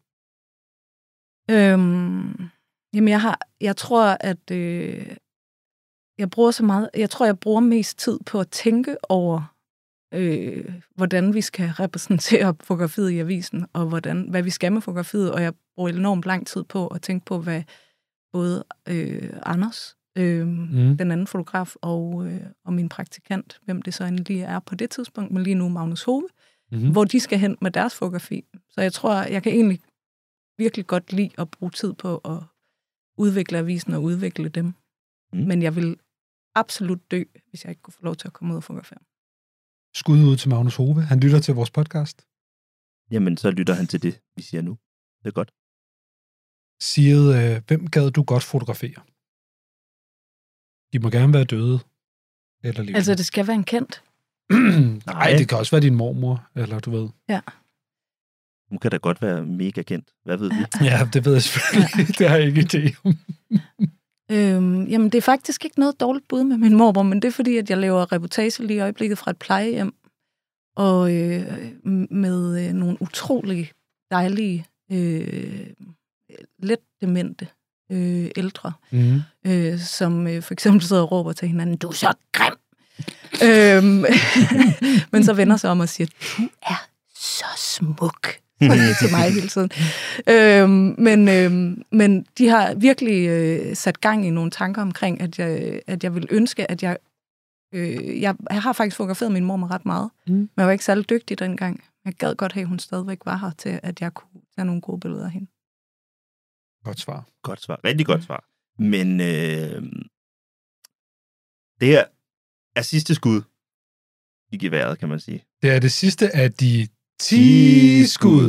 Øhm, jamen, jeg har, jeg tror, at øh, jeg bruger så meget, jeg tror, jeg bruger mest tid på at tænke over, øh, hvordan vi skal repræsentere fotografiet i avisen, og hvordan, hvad vi skal med fotografiet, og jeg bruger enormt lang tid på at tænke på, hvad både øh, Anders, øh, Mm. den anden fotograf, og, øh, og min praktikant, hvem det så endelig er på det tidspunkt, men lige nu Magnus Hove, Mm-hmm. hvor de skal hen med deres fotografi. Så jeg tror, jeg kan egentlig virkelig godt lide at bruge tid på at udvikle avisen og udvikle dem. Mm. Men jeg vil absolut dø, hvis jeg ikke kunne få lov til at komme ud og fotografere. Skud ud til Magnus Hove. Han lytter til vores podcast. Jamen, så lytter han til det, vi siger nu. Det er godt. Siger, øh, hvem gad du godt fotografere? De må gerne være døde. Eller levende. Altså, det skal være en kendt. Nej, det kan også være din mormor, eller du ved. Ja. Hun kan da godt være mega kendt. Hvad ved vi? Ja, det ved jeg selvfølgelig. Det har jeg ikke idé om. Øhm, jamen, det er faktisk ikke noget dårligt bud med min mormor, men det er fordi, at jeg laver reportage lige i øjeblikket fra et plejehjem, og øh, med øh, nogle utrolig dejlige, øh, let demente øh, ældre, mm. øh, som øh, for eksempel sidder og råber til hinanden, du er så grim! øhm, men så vender sig om og siger, du er så smuk. til mig hele tiden. Øhm, men, øhm, men de har virkelig øh, sat gang i nogle tanker omkring, at jeg, at jeg vil ønske, at jeg, øh, jeg... Jeg har faktisk fotograferet min mor ret meget, mm. men jeg var ikke særlig dygtig dengang. Jeg gad godt have, at hun stadigvæk var her til, at jeg kunne tage nogle gode billeder af hende. Godt svar. Godt svar. Rigtig godt svar. Men øh, det her er sidste skud i geværet, kan man sige. Det er det sidste af de ti skud.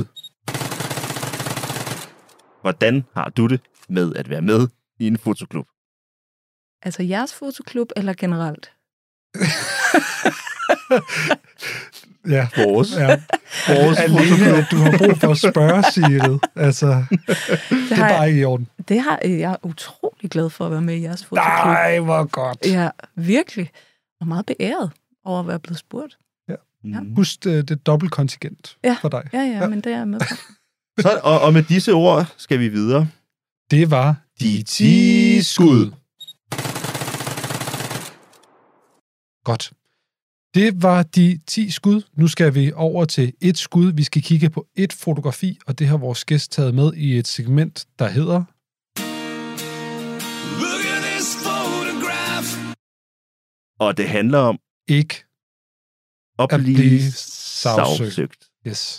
Hvordan har du det med at være med i en fotoklub? Altså jeres fotoklub, eller generelt? Ja. Vores. Ja. Vores fotoklub. Du har brug for at spørge, Sigrid. Altså, det, det er bare ikke i orden. Det har jeg er utrolig glad for at være med i jeres fotoklub. Nej, hvor godt. Ja, virkelig. Og meget beæret over at være blevet spurgt. Ja. Husk det, det dobbeltkontingent ja. for dig. Ja, ja, ja, men det er jeg med på. Så, og, og med disse ord skal vi videre. Det var de ti skud. Godt. Det var de ti skud. Nu skal vi over til et skud. Vi skal kigge på et fotografi, og det har vores gæst taget med i et segment, der hedder... Look at this photograph. Og det handler om... Ikke at blive, blive sagsøgt. sagsøgt. Yes.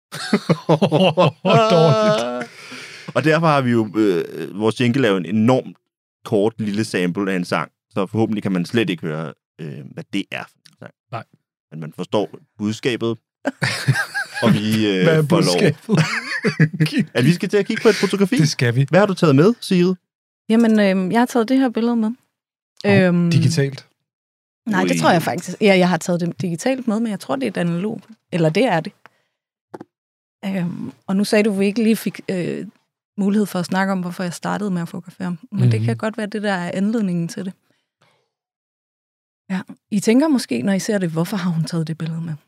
Dårligt. Og derfor har vi jo... Øh, vores jingle er jo en enormt kort lille sample af en sang, så forhåbentlig kan man slet ikke høre, øh, hvad det er for en sang. Nej. Men man forstår budskabet, og vi øh, hvad er får lov. At vi skal til at kigge på et fotografi. Det skal vi. Hvad har du taget med, Sigrid? Jamen, øh, jeg har taget det her billede med. Oh, øhm, digitalt? Nej, det tror jeg faktisk. Ja, jeg har taget det digitalt med, men jeg tror, det er et analog. Eller det er det. Øhm, og nu sagde du, at vi ikke lige fik øh, mulighed for at snakke om, hvorfor jeg startede med at fotografere. Men mm-hmm. det kan godt være, det der er anledningen til det. Ja, I tænker måske, når I ser det, hvorfor har hun taget det billede med?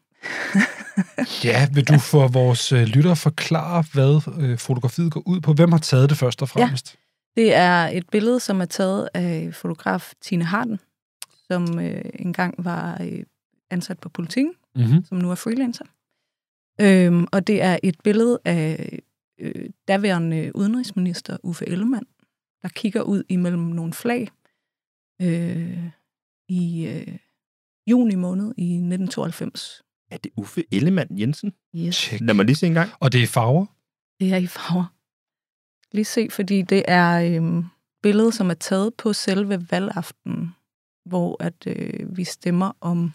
Ja, vil du for vores øh, lyttere forklare, hvad øh, fotografiet går ud på? Hvem har taget det først og fremmest? Ja, det er et billede, som er taget af fotograf Tine Harden, som øh, engang var øh, ansat på Politiken, mm-hmm. som nu er freelancer. Øhm, og det er et billede af øh, daværende udenrigsminister Uffe Ellemann, der kigger ud imellem nogle flag øh, i øh, juni måned i nitten tooghalvfems. Er det Uffe Ellemann Jensen? Yes. Check. Lad mig lige se en gang. Og det er i farver? Det er i farver. Lige se, fordi det er øh, billedet, som er taget på selve valgaftenen, hvor at øh, vi stemmer om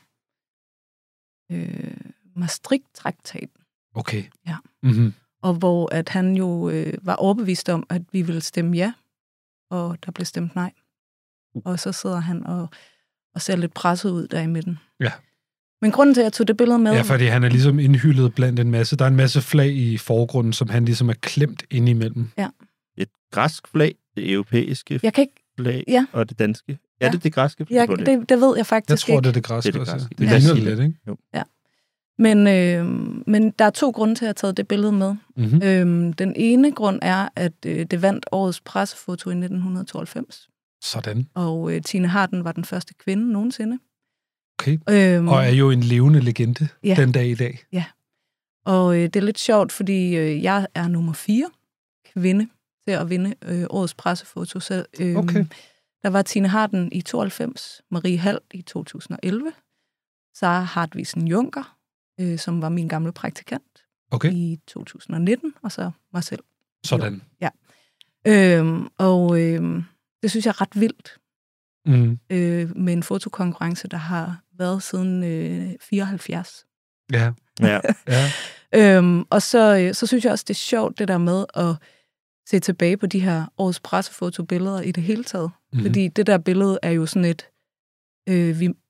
øh, Maastricht-traktaten. Okay. Ja. Mm-hmm. Og hvor at han jo øh, var overbevist om, at vi ville stemme ja, og der blev stemt nej. Og så sidder han og, og ser lidt presset ud der i midten. Ja. Men grunden til, at jeg tog det billede med... Ja, fordi han er ligesom indhyllet blandt en masse... Der er en masse flag i forgrunden, som han ligesom er klemt ind imellem. Ja. Et græsk flag, det europæiske jeg kan ikke... flag ja. og det danske. Er ja. det det græske? Ja, det, det ved jeg faktisk ikke. Jeg tror, ikke. det er det græske, det er det også. græske. Det ja. ligner lidt, ikke? Jo. Ja. Men, øh, men der er to grunde til, at jeg har taget det billede med. Mm-hmm. Øhm, den ene grund er, at øh, det vandt årets pressefoto i nitten tooghalvfems. Sådan. Og øh, Tine Harden var den første kvinde nogensinde. Okay. Øhm, og er jo en levende legende ja. den dag i dag. Ja. Og øh, det er lidt sjovt, fordi øh, jeg er nummer fire kvinde til at vinde øh, årets pressefoto. Så, øh, okay. Der var Tine Harden i tooghalvfems, Marie Hall i to tusind og elleve, Sara Hartvigsen Juncker, øh, som var min gamle praktikant okay. i to tusind og nitten, og så mig selv. Sådan. Ja. Øhm, og øh, det synes jeg er ret vildt. Mm. Øh, med en fotokonkurrence, der har været siden øh, fireoghalvfjerds. Ja. ja. ja. øhm, og så, så synes jeg også, det er sjovt, det der med at se tilbage på de her årets pressefotobilleder i det hele taget. Mm-hmm. Fordi det der billede er jo sådan et, øh, vi,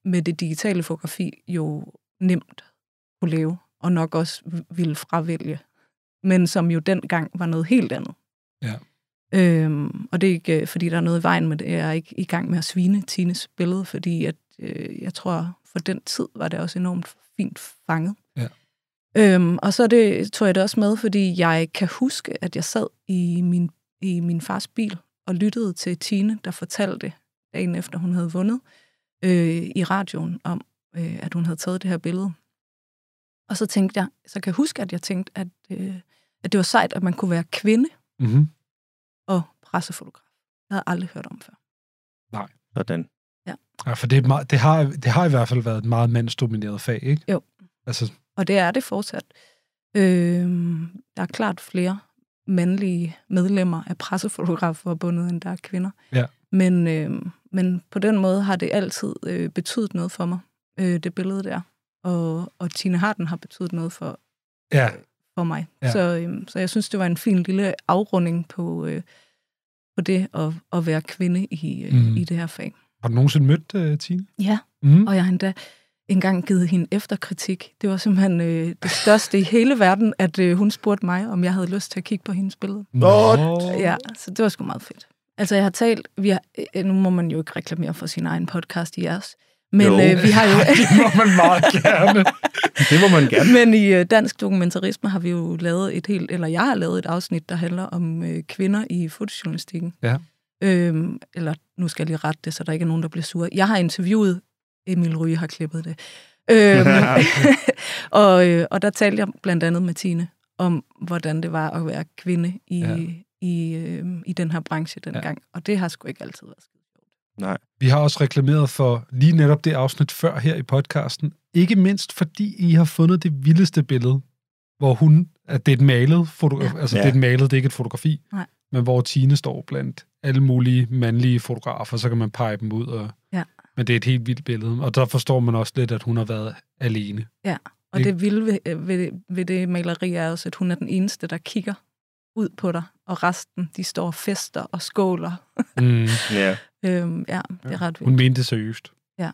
med det digitale fotografi jo nemt kunne lave, og nok også ville fravælge, men som jo dengang var noget helt andet. Ja. Øhm, og det er ikke, fordi der er noget i vejen med det. Jeg er ikke i gang med at svine Tines billede, fordi at, øh, jeg tror, for den tid var det også enormt fint fanget. Ja. Øhm, og så det, tog jeg det også med, fordi jeg kan huske, at jeg sad i min, i min fars bil og lyttede til Tine, der fortalte dagen efter, hun havde vundet, øh, i radioen om, øh, at hun havde taget det her billede. Og så tænkte jeg, så kan jeg huske, at jeg tænkte, at, øh, at det var sejt, at man kunne være kvinde mm-hmm. og pressefotograf. Det havde jeg aldrig hørt om før. Nej. Sådan. Ja. Ja, for det, er meget, det, har, det har i hvert fald været et meget mandsdomineret fag, ikke? Jo. Altså. Og det er det fortsat. Øh, der er klart flere mandlige medlemmer af Pressefotografforbundet, end der er kvinder. Ja. Men, øh, men på den måde har det altid øh, betydet noget for mig, øh, det billede der. Og, og Tine Harden har betydet noget for, ja. øh, for mig. Ja. Så, øh, så jeg synes, det var en fin lille afrunding på, øh, på det at, at være kvinde i, øh, mm. i det her fag. Har du nogensinde mødt uh, Tine? Ja, mm. og jeg har endda engang givet hende efterkritik. Det var simpelthen øh, det største i hele verden, at øh, hun spurgte mig, om jeg havde lyst til at kigge på hendes billede. Nå. Ja, så det var sgu meget fedt. Altså, jeg har talt, vi har, nu må man jo ikke reklamere for sin egen podcast i jeres, men øh, vi har jo... det må man meget gerne. Det må man gerne. Men i øh, dansk dokumentarisme har vi jo lavet et helt, eller jeg har lavet et afsnit, der handler om øh, kvinder i fotojournalistikken. Ja. Øhm, eller nu skal jeg lige rette det, så der ikke er nogen, der bliver sure. Jeg har interviewet, Emil Ryge har klippet det. Øhm, og, øh, og der talte jeg blandt andet med Tine om, hvordan det var at være kvinde i, ja. i, øh, i den her branche dengang. Ja. Og det har sgu ikke altid været skidt sjovt. Nej. Vi har også reklameret for lige netop det afsnit før her i podcasten. Ikke mindst fordi I har fundet det vildeste billede, hvor hun, at det er et malet fotografi, ja. altså ja. det er et malet, det er ikke et fotografi, Nej. men hvor Tine står blandt alle mulige mandlige fotografer, så kan man pege dem ud. Og, ja. Men det er et helt vildt billede, og der forstår man også lidt, at hun har været alene. Ja, og ikke? Det vilde ved, ved, ved det maleri er også, at hun er den eneste, der kigger ud på dig, og resten, de står og fester og skåler. Mm. yeah. øhm, ja, det er ret vildt. Hun mente det seriøst. Ja.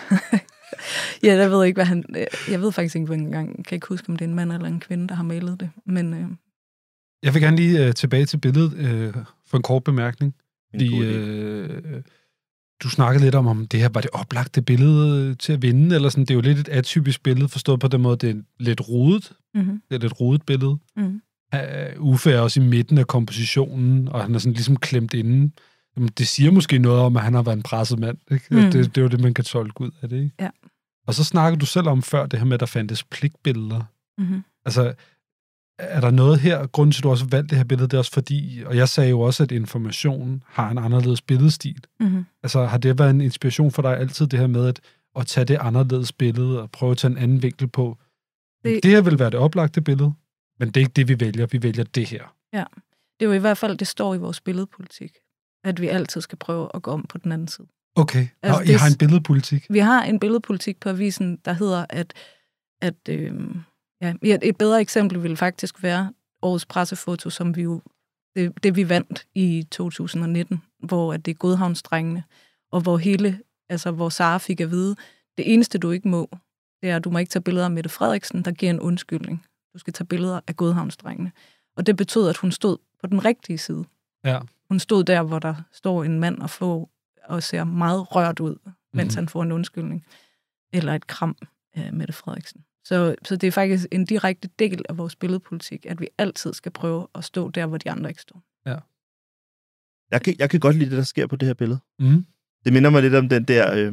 ja, jeg ved ikke, hvad han... Jeg ved faktisk ikke, hvilken gang. Jeg kan ikke huske, om det er en mand eller en kvinde, der har malet det, men... Øh... Jeg vil gerne lige uh, tilbage til billedet uh, for en kort bemærkning. Fordi uh, du snakkede lidt om, om det her var det oplagte billede til at vinde, eller sådan. Det er jo lidt et atypisk billede, forstået på den måde, det er lidt rodet. Mm-hmm. Det er et lidt rodet billede. Mm. Uh, Uffe er også i midten af kompositionen, og han er sådan ligesom klemt inden. Jamen, det siger måske noget om, at han har været en presset mand. Ikke? Mm. Det, det er jo det, man kan tolke ud af det. Ikke? Ja. Og så snakkede du selv om før det her med, at der fandtes pligtbilleder. Mm-hmm. Altså, er der noget her, grunden til, at du også valgte det her billede, det er også fordi, og jeg sagde jo også, at Information har en anderledes billedstil. Mm-hmm. Altså, har det været en inspiration for dig altid, det her med at, at tage det anderledes billede, og prøve at tage en anden vinkel på? Det, det her vil være det oplagte billede, men det er ikke det, vi vælger. Vi vælger det her. Ja, det er jo i hvert fald, det står i vores billedpolitik, at vi altid skal prøve at gå om på den anden side. Okay, altså, og I har en billedpolitik? Vi har en billedpolitik på avisen, der hedder, at, at øh, ja, et bedre eksempel ville faktisk være årets pressefoto, som vi jo, det, det vi vandt i to tusind nitten, hvor at det er Godhavnsdrengene, og hvor hele, altså hvor Sara fik at vide, det eneste du ikke må, det er, at du må ikke tage billeder af Mette Frederiksen, der giver en undskyldning. Du skal tage billeder af Godhavnsdrengene. Og det betød, at hun stod på den rigtige side. Ja. Hun stod der, hvor der står en mand og, får, og ser meget rørt ud, mens mm-hmm. han får en undskyldning. Eller et kram af Mette Frederiksen. Så, så det er faktisk en direkte del af vores billedpolitik, at vi altid skal prøve at stå der, hvor de andre ikke står. Ja. Jeg kan, jeg kan godt lide det, der sker på det her billede. Mm. Det minder mig lidt om den der... Øh...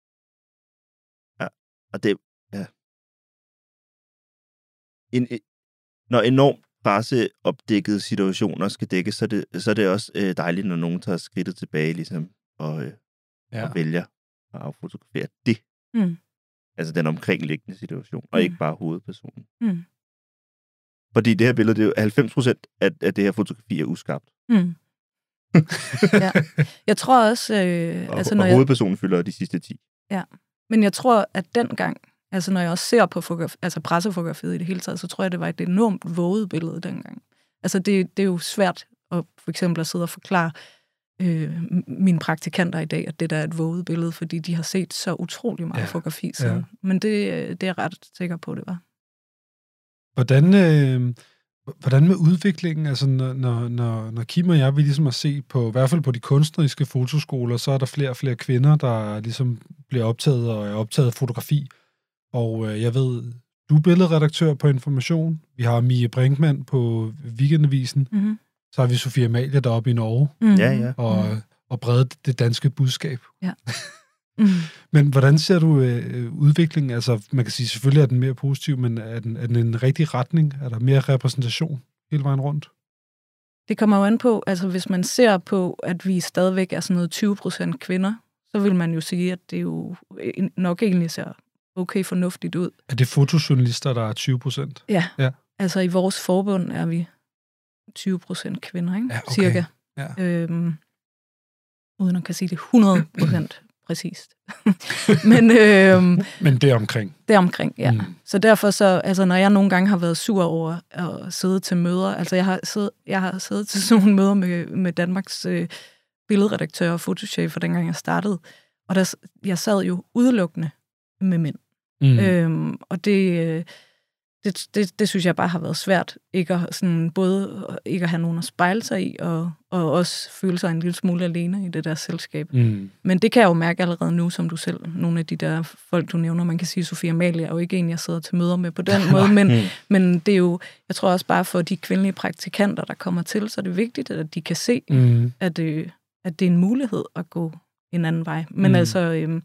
Ja, og det... Ja. En, en, når enormt presseopdækkede situationer skal dækkes, så er det, så er det også øh, dejligt, når nogen tager skridtet tilbage, ligesom, og, øh, ja. og vælger at affotografere det. Mm. Altså den omkringliggende situation, og mm. ikke bare hovedpersonen. Mm. Fordi det her billede, det er jo halvfems procent af, af det her fotografi er uskabt. Mm. ja. Jeg tror også... Øh, og, altså, når og hovedpersonen jeg... fylder de sidste ti. Ja, men jeg tror, at dengang, altså når jeg også ser på fotograf... altså pressefotografiet i det hele taget, så tror jeg, det var et enormt våget billede dengang. Altså det, det er jo svært at for eksempel at sidde og forklare øh, mine praktikanter i dag, at det der er et våget billede, fordi de har set så utrolig meget ja. fotografi siden. Ja. Men det, det er jeg ret sikker på, det var. Hvordan, øh, hvordan med udviklingen? Altså, når, når, når Kim og jeg vil ligesom at se på, i hvert fald på de kunstneriske fotoskoler, så er der flere og flere kvinder, der ligesom bliver optaget og er optaget af fotografi. Og øh, jeg ved, du er billedredaktør på Information. Vi har Mie Brinkmann på Weekendavisen. Mm-hmm. Så har vi Sofie Amalie deroppe i Norge. Mm-hmm. Ja, ja. Og, og brede det danske budskab. Ja. Mm. Men hvordan ser du øh, udviklingen? Altså, man kan sige, selvfølgelig er den mere positiv, men er den, er den en rigtig retning? Er der mere repræsentation hele vejen rundt? Det kommer jo an på, altså hvis man ser på, at vi stadigvæk er sådan noget tyve procent kvinder, så vil man jo sige, at det jo nok egentlig ser okay fornuftigt ud. Er det fotojournalister, der er tyve procent? Ja. ja, altså i vores forbund er vi tyve procent kvinder, ikke? Ja, okay. Cirka. Ja. Øhm, uden at kan sige det hundrede procent præcist. Men, øhm, Men det er omkring. Det er omkring, ja. Mm. Så derfor så, altså når jeg nogle gange har været sur over at sidde til møder, altså jeg har siddet, jeg har siddet til sådan nogle møder med, med Danmarks øh, billedredaktør og fotochefer, dengang jeg startede, og der, jeg sad jo udelukkende med mænd. Mm. Øhm, og det, øh, det, det, det synes jeg bare har været svært, ikke at, sådan, både ikke at have nogen at spejle sig i, og, og også føle sig en lille smule alene i det der selskab. Mm. Men det kan jeg jo mærke allerede nu, som du selv, nogle af de der folk, du nævner, man kan sige, Sofie Amalie er jo ikke en, jeg sidder til møder med på den måde, men, mm. men det er jo, jeg tror også bare for de kvindelige praktikanter, der kommer til, så er det vigtigt, at de kan se, mm. at, øh, at det er en mulighed at gå en anden vej. Men mm. altså, øh,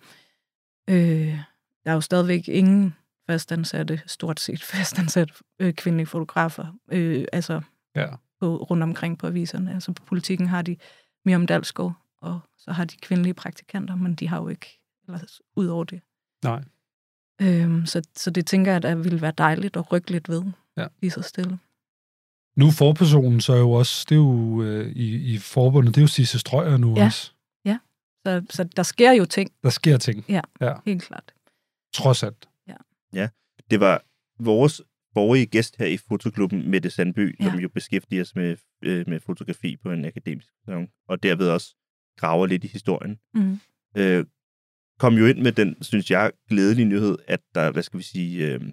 øh, der er jo stadigvæk ingen fastansatte, stort set fastansatte øh, kvindelige fotografer, øh, altså ja. på, rundt omkring på aviserne. Altså på Politikken har de Miriam Dalsgaard, og så har de kvindelige praktikanter, men de har jo ikke ellers ud over det. Nej. Øhm, så, så det tænker jeg, at det ville være dejligt at rykke lidt ved, ja. lige så stille. Nu forpersonen så er jo også, det er jo øh, i, i forbundet, det er jo Sisse Strøjer nu ja. også. Ja, så, så der sker jo ting. Der sker ting. Ja, ja. helt klart. Trods alt. Ja. Ja, det var vores forrige gæst her i Fotoklubben, Mette Sandby, ja. som jo beskæftiger sig med, øh, med fotografi på en akademisk salon, og derved også graver lidt i historien. Mm. Øh, kom jo ind med den, synes jeg, glædelige nyhed, at der, hvad skal vi sige, øh,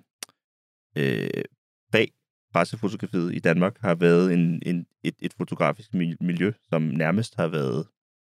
øh, bag pressefotografiet i Danmark har været en, en, et, et fotografisk miljø, som nærmest har været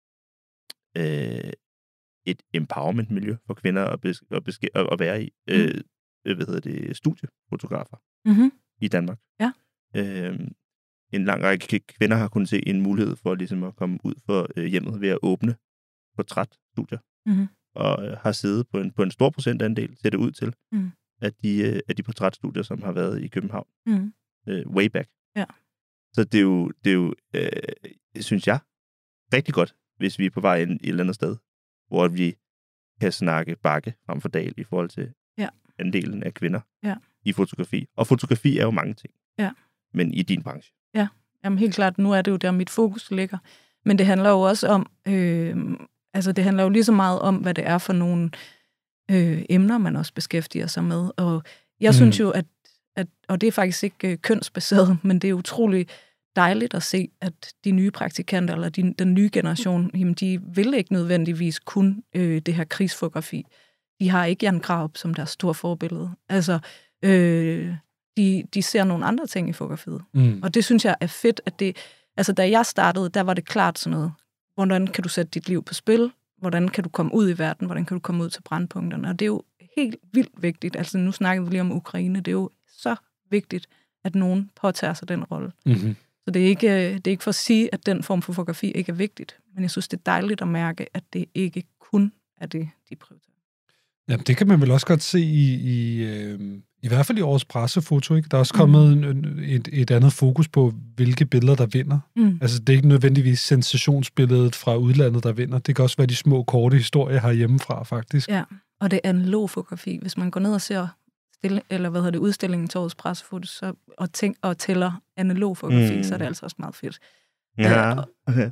øh, et empowerment-miljø for kvinder at, besk- at, besk- at være i. Mm. Øh, hvad hedder det, studiefotografer mm-hmm. i Danmark. Ja. Øh, en lang række kvinder har kunnet se en mulighed for ligesom at komme ud for øh, hjemmet ved at åbne portrætstudier. Mm-hmm. Og øh, har siddet på en, på en stor procentandel, ser det ud til, mm. af, de, øh, af de portrætstudier, som har været i København. Mm. Øh, way back. Ja. Så det er jo, det er jo øh, synes jeg, rigtig godt, hvis vi er på vej ind et eller andet sted, hvor vi kan snakke bakke frem for dal i forhold til ja. andelen af kvinder ja. i fotografi. Og fotografi er jo mange ting. Ja. Men i din branche. Ja, jamen helt klart. Nu er det jo der, mit fokus ligger. Men det handler jo også om, øh, altså det handler jo lige så meget om, hvad det er for nogle øh, emner, man også beskæftiger sig med. Og jeg mm. synes jo, at, at, og det er faktisk ikke øh, kønsbaseret, men det er utrolig dejligt at se, at de nye praktikanter, eller de, den nye generation, jamen, de vil ikke nødvendigvis kun øh, det her krigsfotografi. De har ikke Jan Graup som deres store forbillede. Altså, øh, de, de ser nogle andre ting i fotografiet. Mm. Og det synes jeg er fedt, at det... Altså, da jeg startede, der var det klart sådan noget. Hvordan kan du sætte dit liv på spil? Hvordan kan du komme ud i verden? Hvordan kan du komme ud til brandpunkterne? Og det er jo helt vildt vigtigt. Altså, nu snakker vi lige om Ukraine. Det er jo så vigtigt, at nogen påtager sig den rolle. Mm-hmm. Så det er, ikke, det er ikke for at sige, at den form for fotografi ikke er vigtigt. Men jeg synes, det er dejligt at mærke, at det ikke kun er det, de prioriterer. Jamen, det kan man vel også godt se i, i, øh, i hvert fald i årets pressefoto, ikke? Der er også kommet mm. en, et, et andet fokus på, hvilke billeder, der vinder. Mm. Altså, det er ikke nødvendigvis sensationsbilledet fra udlandet, der vinder. Det kan også være de små, korte historier herhjemmefra, faktisk. Ja, og det er analog fotografi. Hvis man går ned og ser stille, eller hvad hedder det, udstillingen til årets pressefoto, så, og, tænk, og tæller analog fotografi, mm. så er det altså også meget fedt. Ja, okay.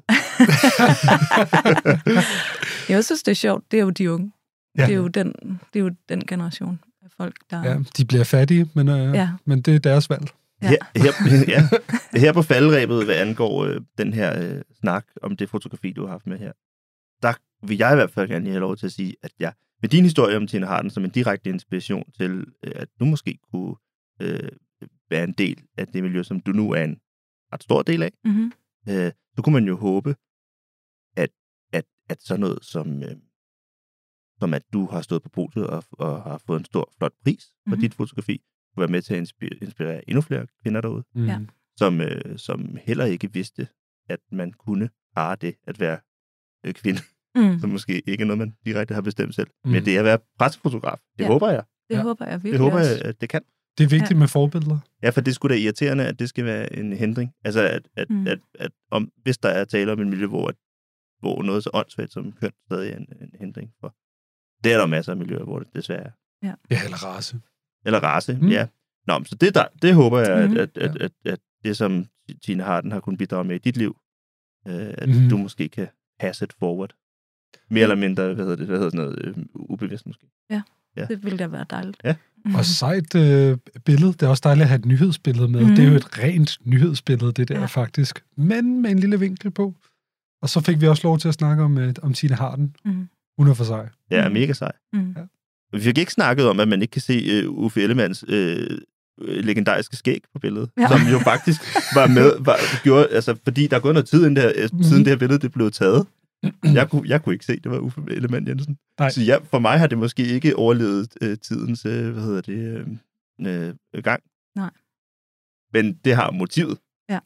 Jeg synes, det er sjovt. Det er jo de unge. Ja. Det, er jo den, det er jo den generation af folk, der... Ja, de bliver fattige, men, øh, ja. men det er deres valg. Ja. Her, her, ja, her på falderæbet, hvad angår øh, den her øh, snak om det fotografi, du har haft med her, der vil jeg i hvert fald gerne have lov til at sige, at jeg med din historie om Tina Harden som en direkte inspiration til, øh, at du måske kunne øh, være en del af det miljø, som du nu er en ret stor del af, Mm-hmm. øh, så kunne man jo håbe, at, at, at sådan noget som, øh, som at du har stået på podiet og, og har fået en stor, flot pris for Mhm. dit fotografi, kunne være med til at inspirere, inspirere endnu flere kvinder derude, Mm. Ja. som, øh, som heller ikke vidste, at man kunne parre det at være øh, kvinde, Mm. som måske ikke er noget, man direkte har bestemt selv. Mm. Men det er at være pressefotograf. Det Ja. håber jeg. Det Ja. håber jeg virkelig Det håber også. jeg, at det kan. Det er vigtigt Ja. med forbilleder. Ja, for det skulle da irriterende, at det skal være en hindring. Altså, at, at, Mm. mm. at, at om, hvis der er tale om en miljø, hvor, at, hvor noget så åndssvagt som køn stadig er en, en hindring for. Det er der masser af miljøer, hvor det desværre er. Ja, eller race. Eller race, Mm. mm. ja. Nå, så det, der, det håber jeg, Mhm. at, at, at, at, at det, som Tina Harden har kunnet bidrage med i dit liv, øh, at Mhm. du måske kan pass it forward. Mere eller mindre, hvad hedder det, hvad hedder sådan noget, øh, ubevidst måske. Ja. Det ville da være dejligt. Ja. Mhm. Og sejt øh, billede. Det er også dejligt at have et nyhedsbillede med. Mhm. Det er jo et rent nyhedsbillede, det der Ja. ja. faktisk. Men med en lille vinkel på. Og så fik vi også lov til at snakke om, øh, om Tina Harden. Mhm. Hun er for sig. Ja, Mhm. mega sej. Mm. Ja. Vi fik ikke snakket om, at man ikke kan se uh, Uffe Ellemanns uh, legendariske skæg på billedet, Ja. ja. som jo faktisk var med, var, gjorde, altså, fordi der er gået noget tid, inden det her, Mhm. siden det her billede det blev taget. Jeg kunne, jeg kunne ikke se, det var Uffe Ellemann Jensen. Nej. Så jeg, for mig har det måske ikke overlevet uh, tidens, uh, hvad hedder det, uh, uh, gang. Nej. Men det har motivet. Ja.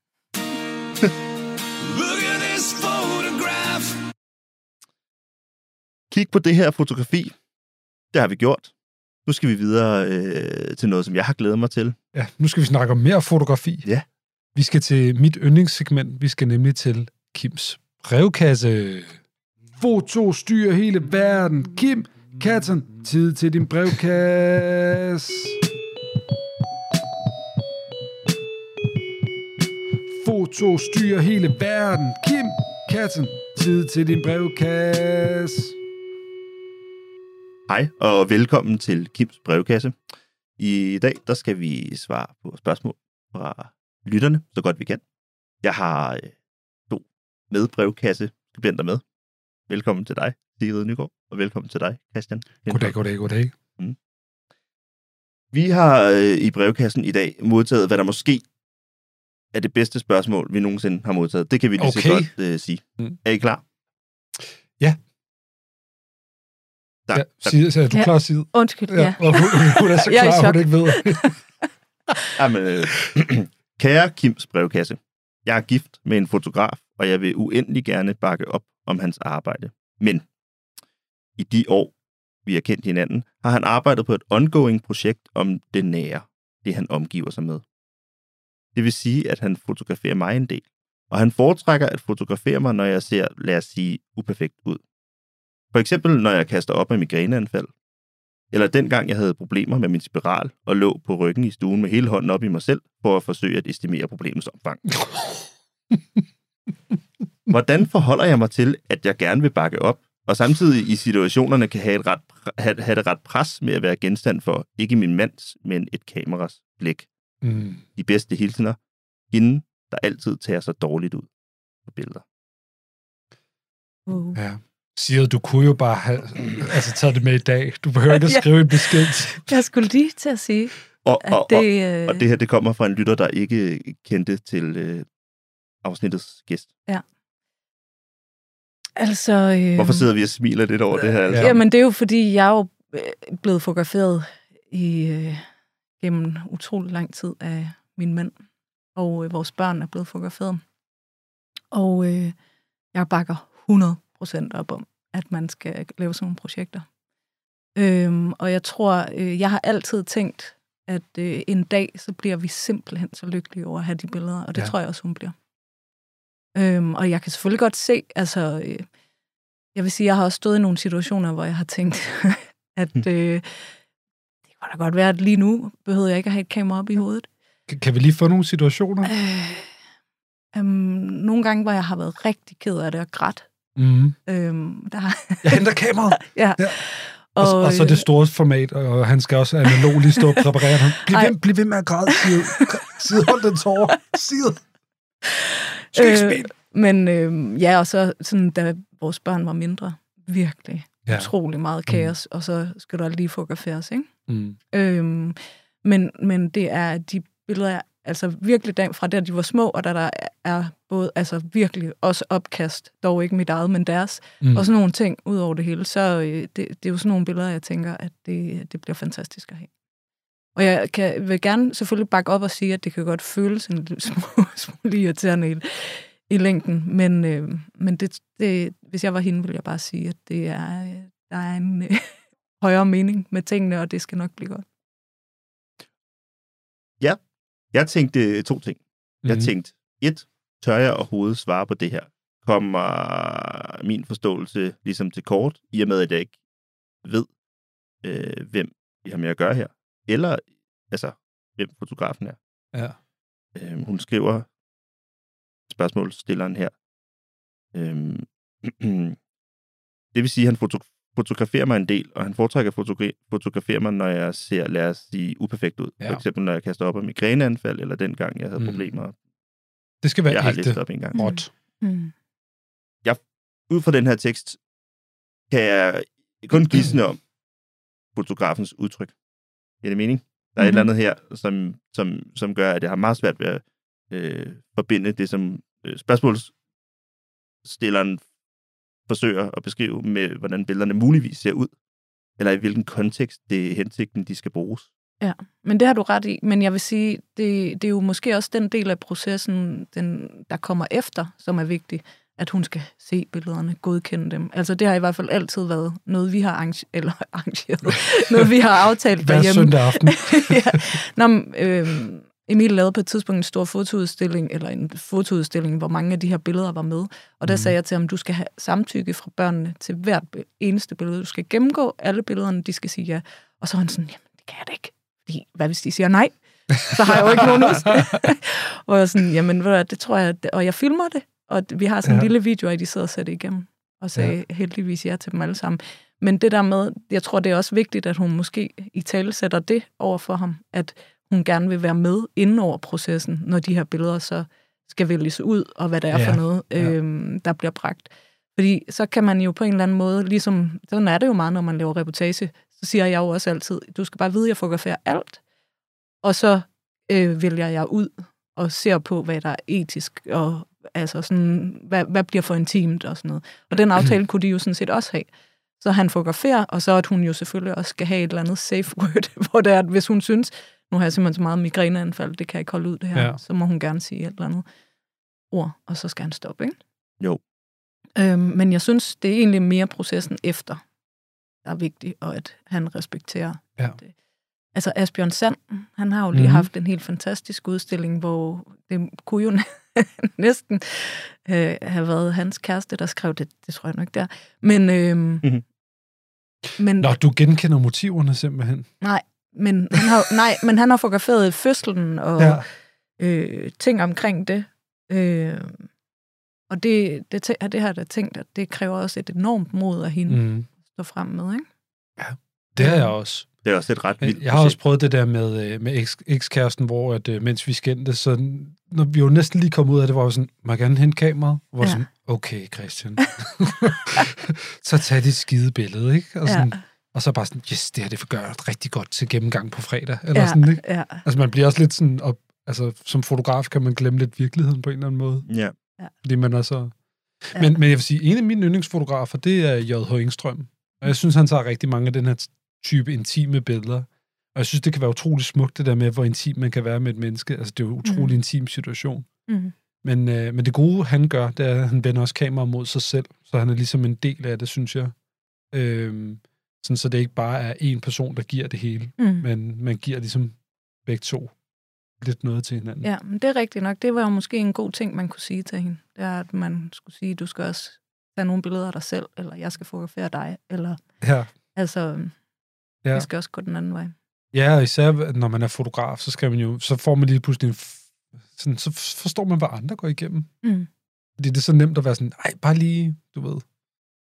Look at this photograph. Kig på det her fotografi. Det har vi gjort. Nu skal vi videre øh, til noget, som jeg har glædet mig til. Ja, nu skal vi snakke om mere fotografi. Ja. Vi skal til mit yndlingssegment. Vi skal nemlig til Kims brevkasse. Foto styrer hele verden. Kim Katten, tid til din brevkasse. Foto styrer hele verden. Kim Katten, tid til din brevkasse. Hej, og velkommen til Kims brevkasse. I dag, der skal vi svare på spørgsmål fra lytterne, så godt vi kan. Jeg har øh, to medbrevkasse-skribenter med. Velkommen til dig, Sigrid Nygaard, og velkommen til dig, Christian. Goddag, goddag, goddag. Mm. Vi har øh, i brevkassen i dag modtaget, hvad der måske er det bedste spørgsmål, vi nogensinde har modtaget. Det kan vi lige Okay. så godt øh, sige. Mm. Er I klar? Ja. Der, Ja, der, Sid, så er du Ja. klar, Sid? Undskyld, ja. Ja, og hun, hun er så Jeg er i klar, chok. hun ikke ved. Jamen, øh, kære Kims brevkasse, jeg er gift med en fotograf, og jeg vil uendelig gerne bakke op om hans arbejde. Men i de år, vi har kendt hinanden, har han arbejdet på et ongoing projekt om det nære, det han omgiver sig med. Det vil sige, at han fotograferer mig en del, og han foretrækker at fotografere mig, når jeg ser, lad os sige, uperfekt ud. For eksempel, når jeg kaster op af migræneanfald, eller dengang jeg havde problemer med min spiral og lå på ryggen i stuen med hele hånden op i mig selv, for at forsøge at estimere problemets omfang. Hvordan forholder jeg mig til, at jeg gerne vil bakke op, og samtidig i situationerne kan have, et ret, have, have det ret pres med at være genstand for ikke min mands, men et kameras blik. Mm. De bedste hilsener, hende, der altid tager sig dårligt ud på billeder. Uh. Ja. Siger, du kunne jo bare have altså, taget det med i dag. Du behøver ikke at Ja. skrive en besked. Jeg skulle lige til at sige, Og, at og, det... og, øh, og det her, det kommer fra en lytter, der ikke kendte til øh, afsnittets gæst. Altså... Øh, Hvorfor sidder vi og smiler lidt over det her? Altså? Ja. Jamen, det er jo, fordi jeg er jo øh, blevet fotograferet i, øh, gennem utrolig lang tid af min mand, og øh, vores børn er blevet fotograferet. Og øh, jeg bakker hundrede procent op om, at man skal lave sådan nogle projekter. Øhm, og jeg tror, øh, jeg har altid tænkt, at øh, en dag, så bliver vi simpelthen så lykkelige over at have de billeder, og det Ja. tror jeg også, hun bliver. Øhm, og jeg kan selvfølgelig godt se, altså, øh, jeg vil sige, jeg har også stået i nogle situationer, hvor jeg har tænkt, at øh, det kan da godt være, at lige nu behøver jeg ikke at have et kamera op i hovedet. Kan- Kan vi lige få nogle situationer? Øh, øhm, nogle gange, hvor jeg har været rigtig ked af det og grædt. Mm. Øhm, der har, Jeg henter kameraet. ja. Ja. Og, og, og så det store format, og han skal også analog lige stå og præparere ham. Bliv ved, bliv ved med at græde, Sid. Sid, hold den tårer. Sid. Skal ikke smile. Øh, men øh, ja, og så sådan, da vores børn var mindre, virkelig ja. utrolig meget kaos, mm. og så skal du lige fotograferes, ikke? Mm. Øhm, men, men det er de billeder, altså virkelig der, fra der, de var små, og der, der er både, altså virkelig også opkast, dog ikke mit eget, men deres, mm. og sådan nogle ting ud over det hele, så øh, det, det er jo sådan nogle billeder, jeg tænker, at det, det bliver fantastisk at have. Og jeg kan, vil gerne selvfølgelig bakke op og sige, at det kan godt føles en lille smule, smule irriterende i, i længden, men, øh, men det, det, hvis jeg var hende, ville jeg bare sige, at det er, der er en øh, højere mening med tingene, og det skal nok blive godt. Ja, jeg tænkte to ting. Jeg mm. tænkte, et, tør jeg overhovedet svare på det her? Kommer min forståelse ligesom til kort, i og med, at jeg ikke ved, øh, hvem vi har med at gøre her? Eller, altså, hvem fotografen er. Ja. Øhm, hun skriver spørgsmålsstilleren her. Øhm, det vil sige, at han foto- fotograferer mig en del, og han foretrækker at fotogra- fotografere mig, når jeg ser, lad os sige, uperfekt ud. Ja. For eksempel, når jeg kaster op af migræneanfald, eller den gang, jeg havde mm. problemer. Det skal være jeg ægte. har læst op en gang. Råt. Mm. Jeg, ud fra den her tekst, kan jeg kun gisne om fotografens udtryk. Giver det mening? Der er mm-hmm. et eller andet her, som, som, som gør, at jeg har meget svært ved at øh, forbinde det, som øh, spørgsmålsstilleren forsøger at beskrive med, hvordan billederne muligvis ser ud, eller i hvilken kontekst det er hensigten, de skal bruges. Ja, men det har du ret i. Men jeg vil sige, det, det er jo måske også den del af processen, den, der kommer efter, som er vigtig, at hun skal se billederne, godkende dem. Altså det har i hvert fald altid været noget, vi har arrange- eller arrangeret, noget vi har aftalt derhjemme. Hver søndag aften. ja. Nå, øh, Emil lavede på et tidspunkt en stor fotoudstilling, eller en fotoudstilling, hvor mange af de her billeder var med. Og der mm. sagde jeg til ham, du skal have samtykke fra børnene til hvert eneste billede. Du skal gennemgå alle billederne, de skal sige ja. Og så var han sådan, jamen det kan jeg da ikke. Fordi, hvad hvis de siger nej? Så har jeg jo ikke nogen udsk. Og jeg sådan, jamen ved du, det tror jeg, og jeg filmer det. Og vi har sådan en ja. lille video, at de sidder og sætter igennem, og sagde ja. heldigvis ja til dem alle sammen. Men det der med, jeg tror, det er også vigtigt, at hun måske i tale sætter det over for ham, at hun gerne vil være med inden over processen, når de her billeder så skal vælges ud, og hvad det er ja. for noget, ja. øhm, der bliver bragt. Fordi så kan man jo på en eller anden måde, ligesom, sådan er det jo meget, når man laver reportage, så siger jeg jo også altid, du skal bare vide, at jeg fotograferer alt, og så øh, vælger jeg ud og ser på, hvad der er etisk, og altså sådan, hvad, hvad bliver for intimt og sådan noget. Og den aftale kunne de jo sådan set også have. Så han fotograferer, og så at hun jo selvfølgelig også skal have et eller andet safe word, hvor det er, at hvis hun synes, nu har jeg simpelthen så meget migræneanfald, det kan jeg ikke holde ud det her, ja. så må hun gerne sige et eller andet ord, og så skal han stoppe, ikke? Jo. Øhm, men jeg synes, det er egentlig mere processen efter, der er vigtig, og at han respekterer ja. det. Altså Asbjørn Sand, han har jo lige mm-hmm. haft en helt fantastisk udstilling, hvor det kunne jo næsten øh, have været hans kæreste, der skrev det. Det tror jeg nok der. Men, øh, mm-hmm. men Nå, du genkender motiverne simpelthen. Nej, men han har, nej, men han har fotograferet fødslen og ja. øh, ting omkring det. Øh, og det, det, det har jeg da tænkt, at det kræver også et enormt mod af hende mm. at stå frem med, ikke? Ja, det har jeg også. Det er også et ret vildt. Jeg har også prøvet det der med, med eks, ekskæresten, hvor at, mens vi skændte, så når vi jo næsten lige kom ud af det, var jo sådan, må jeg gerne hente kameraet? Og var ja. sådan, okay, Christian. Så tag det skide billede, ikke? Og, sådan, ja. og så bare sådan, yes, det her det gør rigtig godt til gennemgang på fredag. Eller ja. sådan, ikke? Ja. Altså man bliver også lidt sådan, op, altså som fotograf kan man glemme lidt virkeligheden på en eller anden måde. Ja. ja. Fordi man også... Ja. Men, men jeg vil sige, en af mine yndlingsfotografer, det er J H Engstrøm. Og jeg synes, han tager rigtig mange af den her type intime billeder. Og jeg synes, det kan være utroligt smukt, det der med, hvor intim man kan være med et menneske. Altså, det er jo en utrolig mm. intim situation. Mm. Men, øh, men det gode, han gør, det er, at han vender også kameraet mod sig selv. Så han er ligesom en del af det, synes jeg. Øhm, sådan, så det ikke bare er én person, der giver det hele. Mm. Men man giver ligesom begge to lidt noget til hinanden. Ja, men det er rigtigt nok. Det var jo måske en god ting, man kunne sige til hende. Det er, at man skulle sige, du skal også tage nogle billeder af dig selv, eller jeg skal fotografere dig, eller... Ja. Altså... Ja. Vi skal også gå den anden vej. Ja, og især når man er fotograf, så skal man jo, så får man lige pludselig en sådan, så forstår man, hvad andre går igennem. Mm. Fordi det er så nemt at være sådan, ej, bare lige, du ved,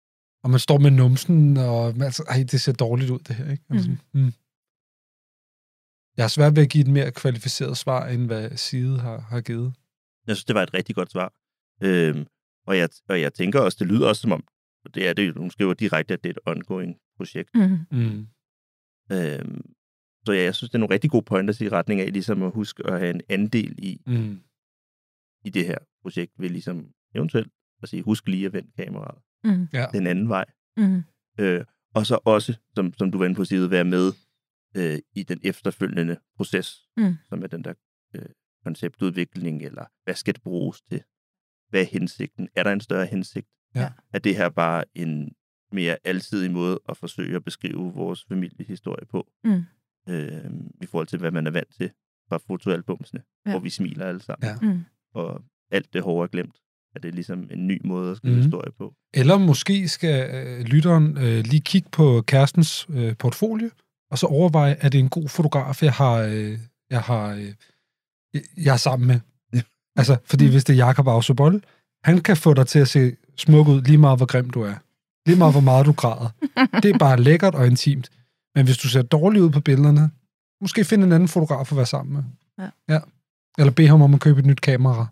og man står med numsen, og altså, ej, det ser dårligt ud, det her, ikke? Altså, Mm. mm. Jeg har svært ved at give et mere kvalificeret svar, end hvad Side har, har givet. Jeg synes, det var et rigtig godt svar. Øhm, og, jeg, og jeg tænker også, det lyder også som om, det er det, hun skriver direkte, at det er et ongoing projekt. Mm. Mm. Øhm, så ja, jeg synes, det er nogle rigtig gode pointers i retning af, ligesom at huske at have en andel i, Mm. i det her projekt, ved ligesom eventuelt at sige, husk lige at vende kameraet Mm. Ja. den anden vej. Mm. Øh, og så også, som, som du var inde på side, være med øh, i den efterfølgende proces, Mm. som er den der øh, konceptudvikling, eller hvad skal det bruges til? Hvad er hensigten? Er der en større hensigt? Ja. Er det her bare en mere alsidig måde at forsøge at beskrive vores familiehistorie på? Mm. Øh, I forhold til, hvad man er vant til fra fotoalbumsene, Ja. hvor vi smiler alle sammen. Ja. Mm. Og alt det hårde er glemt. Er det ligesom en ny måde at skrive Mhm. historie på? Eller måske skal øh, lytteren øh, lige kigge på kærestens øh, portfolio, og så overveje, at det er en god fotograf, jeg har, øh, jeg har, øh, jeg er sammen med. Altså, fordi hvis det er Jakob Ausobol, han kan få dig til at se smuk ud, lige meget hvor grim du er. Lige meget hvor meget du græder. Det er bare lækkert og intimt. Men hvis du ser dårligt ud på billederne, måske finde en anden fotograf at være sammen med. Ja. Ja. Eller bede ham om at købe et nyt kamera.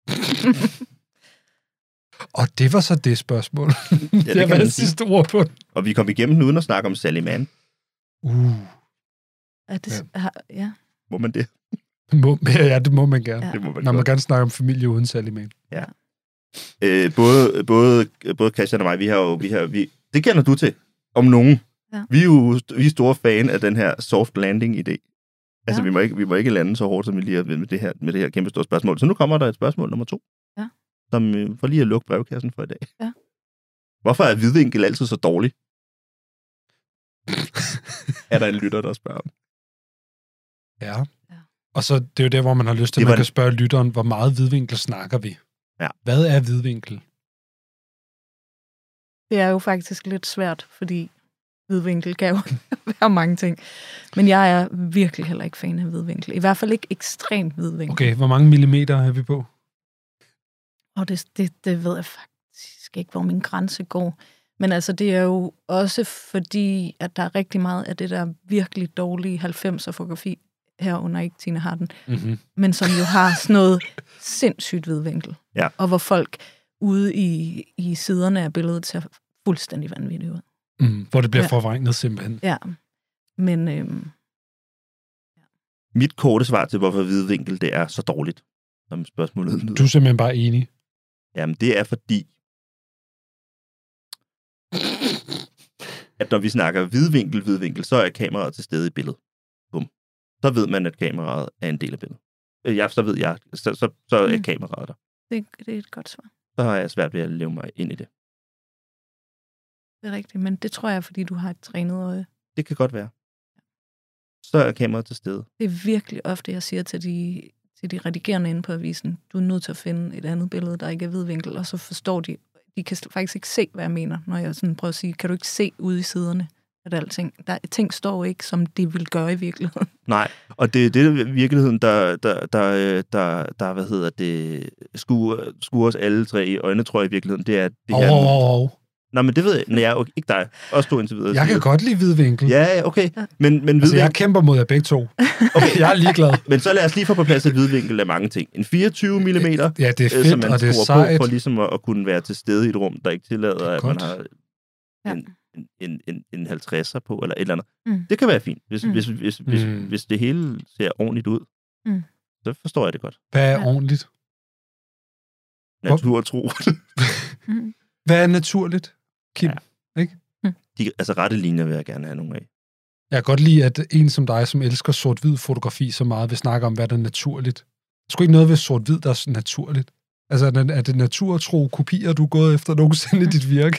Og det var så det spørgsmål. Ja, det det kan har man været sige. sidste ord på. Og vi kom igennem den uden at snakke om Sally Mann. Uh, Er det, ja. ja. Må man det? må, ja, det må man gerne. Ja. Det må man Når man godt. gerne snakke om familie uden Sally Mann. Ja. Øh, både, både, både Christian og mig, vi har jo... Vi har, vi, det kender du til, om nogen. Ja. Vi er jo vi er store fan af den her soft landing-idé. Altså, Ja. vi, må ikke, vi må ikke lande så hårdt, som vi lige har med det her, med det her kæmpe store spørgsmål. Så nu kommer der et spørgsmål nummer to. Ja. Som øh, for lige at lukke brevkassen for i dag. Ja. Hvorfor er hvidvinkel altid så dårlig? Er der en lytter, der spørger om? Ja. Ja. Og så det er jo der, hvor man har lyst til, Det at man var kan en- spørge lytteren, hvor meget hvidvinkel snakker vi? Ja. Hvad er hvidvinkel? Det er jo faktisk lidt svært, fordi hvidvinkel kan jo være mange ting. Men jeg er virkelig heller ikke fan af hvidvinkel. I hvert fald ikke ekstremt hvidvinkel. Okay, hvor mange millimeter er vi på? Og det, det, det ved jeg faktisk ikke, hvor min grænse går. Men altså, det er jo også fordi, at der er rigtig meget af det der virkelig dårlige halvfemser fotografi herunder ikke Tina Harden, Mm-hmm. men som jo har sådan noget sindssygt hvidvinkel. Ja. Og hvor folk ude i, i siderne af billedet ser fuldstændig vanvittigt ud. Mm, hvor det bliver Ja. forvrænget simpelthen. Ja, men øhm, Mit korte svar til, hvorfor hvidvinkel det er så dårligt, som spørgsmålet lyder. Du er simpelthen bare enig. Jamen, det er fordi, at når vi snakker hvidvinkel, hvidvinkel, så er kameraet til stede i billedet. Bum. Så ved man, at kameraet er en del af billedet. Øh, Ja, så ved jeg, så, så, så er Mm. kameraet der. det, det er et godt svar. Så har jeg svært ved at leve mig ind i det. Det er rigtigt, men det tror jeg, fordi du har et trænet øje. Det kan godt være. Så er kameraet til stede. Det er virkelig ofte, jeg siger til de, til de redigerende inde på avisen, du er nødt til at finde et andet billede, der ikke er hvidvinkel, og så forstår de, de kan faktisk ikke se, hvad jeg mener, når jeg sådan prøver at sige, kan du ikke se ude i siderne, at alting, der, ting står ikke, som det vil gøre i virkeligheden. Nej, og det er det i virkeligheden, der, der, der, der, der hvad hedder det, skuer, skuer os alle tre i øjnene, tror jeg i virkeligheden. Det er det her... Åh, oh, oh. Nej, men det ved jeg. Nej, jeg, okay, ikke dig. Også du indtil videre. Jeg kan godt lide hvidvinkel. Ja, ja, okay. Ja. Men, men Altså, hvidvinkel... jeg kæmper mod jer begge to. Okay, jeg er ligeglad. Men så lad os lige få på plads, at hvidvinkel er mange ting. En fireogtyve millimeter, Ja, det er øh, som fedt, man og det er skruer sejt. på, for ligesom at, at kunne være til stede i et rum, der ikke tillader, at man Godt. har Ja. en, en, en, en, en halvtredser på, eller et eller andet. Mm. Det kan være fint, hvis, Mm. hvis, hvis, hvis, Mm. hvis det hele ser ordentligt ud. Mm. Så forstår jeg det godt. Hvad er Ja. ordentligt? Natur og tro. Mm. Hvad er naturligt, Kim? Ja. Ikke? De, altså rette linjer vil jeg gerne have nogle af. Jeg kan godt lide, at en som dig, som elsker sort-hvid fotografi så meget, vil snakke om, hvad der er naturligt. Der er sgu ikke noget ved sort-hvid, der er så naturligt. Altså, er det, er det naturtro kopier, du er gået efter nogensinde i dit virke?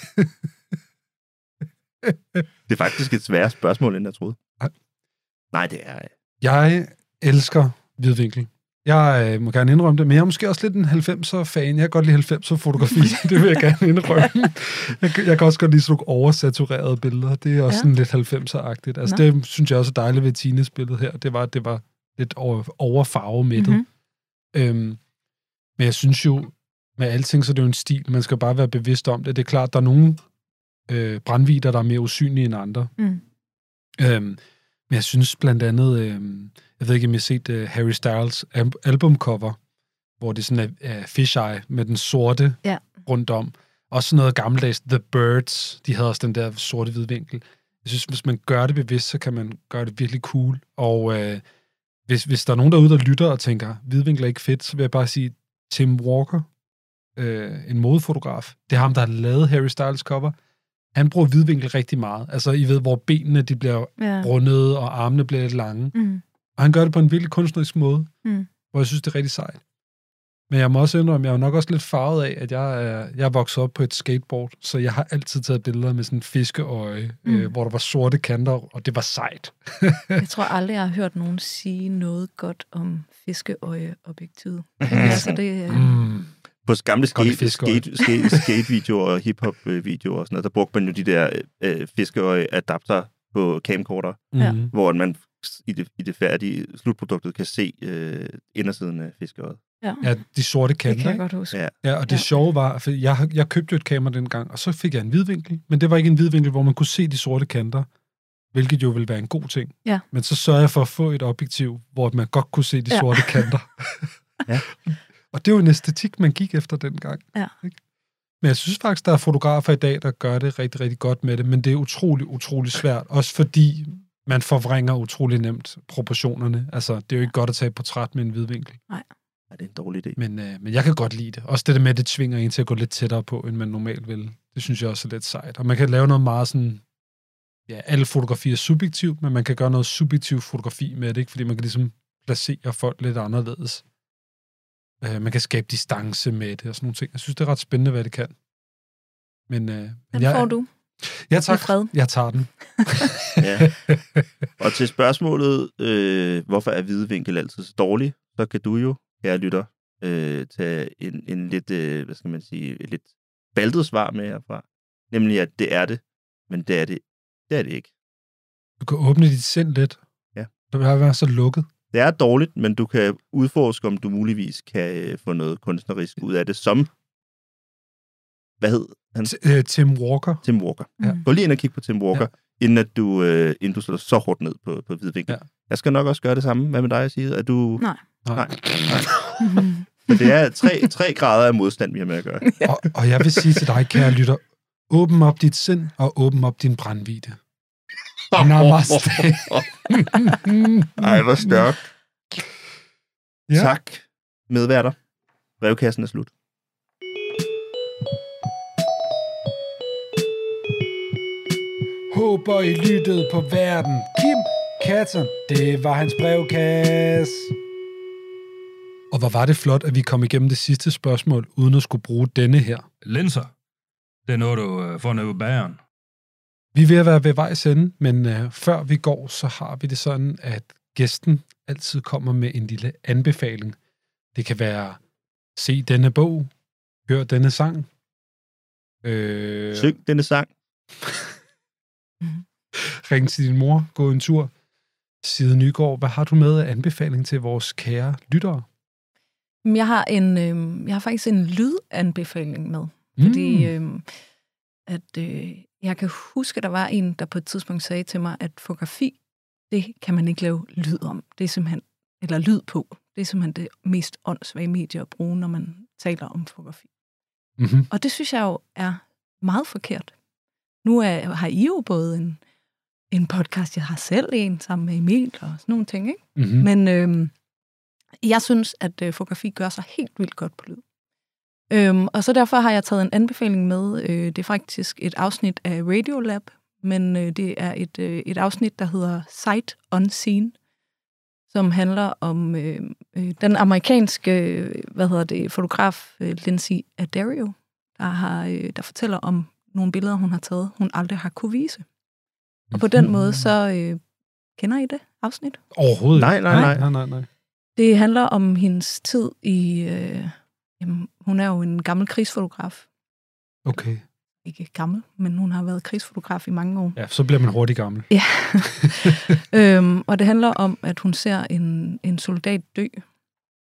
Det er faktisk et svært spørgsmål, end jeg troede. Nej. Nej, det er... Jeg elsker hvidvinkel. Jeg øh, må gerne indrømme det, men jeg er måske også lidt en halvfemser-fan. Jeg kan godt lide halvfemser-fotografi, det vil jeg gerne indrømme. Jeg, kan- jeg kan også godt lide sådan nogle oversaturerede billeder. Det er også Ja. sådan lidt halvfemser-agtigt. Altså, Nå. det synes jeg også er dejligt ved Tines billede her. Det var, det var lidt over, overfarvemættet. Mhm. Øhm, men jeg synes jo, med alting, så er det jo en stil. Man skal bare være bevidst om det. Det er klart, der er nogen øh, brandvider, der er mere usynlige end andre. Mm. Øhm, men jeg synes blandt andet, øhm, jeg ved ikke, om I har set uh, Harry Styles al- albumcover, hvor det sådan er uh, fisheye med den sorte ja. rundt om. Også noget gammeldags, The Birds, de havde også den der sorte-hvide vinkel. Jeg synes, hvis man gør det bevidst, så kan man gøre det virkelig cool. Og øh, hvis, hvis der er nogen derude, der lytter og tænker, hvidvinkel er ikke fedt, så vil jeg bare sige, Tim Walker, øh, en modefotograf, det er ham, der har lavet Harry Styles cover. Han bruger hvidvinkel rigtig meget. Altså, I ved, hvor benene de bliver ja. rundede, og armene bliver lidt lange. Mm. Og han gør det på en virkelig kunstnerisk måde, mm. hvor jeg synes, det er rigtig sejt. Men jeg må også indrømme, jeg er nok også lidt farvet af, at jeg er, jeg er vokset op på et skateboard, så jeg har altid taget billeder med sådan en fiskeøje, mm. øh, hvor der var sorte kanter, og det var sejt. Jeg tror aldrig, jeg har hørt nogen sige noget godt om fiskeøjeobjektivet. altså, det, øh... mm. På gamle skate, skate, skate, skate-videoer og hip-hop-videoer og sådan noget, der brugte man jo de der øh, fiskeøje-adapter på camcorder, mm. hvor man i det, i det færdige slutproduktet kan se øh, indersiden af fiskeøjet. Ja. ja, de sorte kanter. Det kan jeg godt huske. Ja, ja og det ja. sjove var, for jeg, jeg købte jo et kamera dengang, og så fik jeg en hvidvinkel, men det var ikke en hvidvinkel, hvor man kunne se de sorte kanter, hvilket jo ville være en god ting. Ja. Men så sørger jeg for at få et objektiv, hvor man godt kunne se de ja. sorte kanter. ja. Og det er jo en æstetik, man gik efter dengang. Ja. Ikke? Men jeg synes faktisk, der er fotografer i dag, der gør det rigtig, rigtig godt med det, men det er utrolig, utrolig svært, også fordi man forvrænger utrolig nemt proportionerne. Altså, det er jo ikke godt at tage et portræt med en hvidvinkel. Nej. Ja, det er en dårlig idé. Men, øh, men jeg kan godt lide det. Også det der med, at det tvinger en til at gå lidt tættere på, end man normalt vil. Det synes jeg også er lidt sejt. Og man kan lave noget meget sådan... Ja, alle fotografier er subjektivt, men man kan gøre noget subjektivt fotografi med det, ikke? Fordi man kan ligesom placere folk lidt anderledes. Øh, man kan skabe distance med det og sådan nogle ting. Jeg synes, det er ret spændende, hvad det kan. Men, øh, den men jeg, får du. Ja, tak. Jeg tager den. ja. Og til spørgsmålet, øh, hvorfor er hvidvinkel altid så dårlig, så kan du jo, kære lytter, øh, tage en, en lidt, øh, hvad skal man sige, et lidt baltet svar med herfra. Nemlig, at det er det, men det er det, det er det ikke. Du kan åbne dit sind lidt. Ja. Du vil være så lukket. Det er dårligt, men du kan udforske, om du muligvis kan øh, få noget kunstnerisk ud af det, som... Hvad hed han? T- uh, Tim Walker. Tim Walker. Ja. Gå lige ind og kig på Tim Walker, ja. inden, at du, øh, inden du slår så hårdt ned på, på hvidvinkel. Ja. Jeg skal nok også gøre det samme. Hvad med dig, Side? Er du... Nej. Nej. Nej. Nej. Men det er tre, tre grader af modstand, vi har med at gøre. Ja. Og, og jeg vil sige til dig, kære lytter, åbn op dit sind, og åbn op din brandvide. Namaste. Ej, hvor stærk. Ja. Tak, medværter. Brevkassen er slut. Håber I lyttede på verden. Kim Katten, det var hans brevkasse. Og hvor var det flot, at vi kom igennem det sidste spørgsmål, uden at skulle bruge denne her. Linser. Det er noget, du får ned på bageren. Vi er ved at være ved vejs ende, men uh, før vi går, så har vi det sådan, at gæsten altid kommer med en lille anbefaling. Det kan være, se denne bog, hør denne sang. Øh... Syng denne sang. Ring til din mor, gå en tur. Side Nygaard, hvad har du med af anbefaling til vores kære lyttere? Jeg har, en, øh, jeg har faktisk en lydanbefaling med. Mm. Fordi øh, at, øh, jeg kan huske, at der var en, der på et tidspunkt sagde til mig, at fotografi, det kan man ikke lave lyd om. Det er simpelthen, eller lyd på. Det er simpelthen det mest åndssvage medie at bruge, når man taler om fotografi. Mm-hmm. Og det synes jeg jo er meget forkert. Nu er, har I jo både en, en podcast, jeg har selv en sammen med Emil og sådan nogle ting, ikke? Mm-hmm. Men øh, jeg synes, at øh, fotografi gør sig helt vildt godt på lyd. Øhm, og så derfor har jeg taget en anbefaling med. Øh, det er faktisk et afsnit af Radiolab, men øh, det er et, øh, et afsnit, der hedder Sight Unseen, som handler om øh, øh, den amerikanske øh, hvad hedder det, fotograf øh, Lindsay Addario, der, har, øh, der fortæller om nogle billeder, hun har taget, hun aldrig har kunne vise. Og på den måde, så øh, kender I det afsnit? Overhovedet nej, nej, nej, nej, nej, nej. Det handler om hendes tid i... Øh, jamen, hun er jo en gammel krigsfotograf. Okay. Ikke gammel, men hun har været krigsfotograf i mange år. Ja, så bliver man hurtigt gammel. Ja. øhm, og det handler om, at hun ser en, en soldat dø.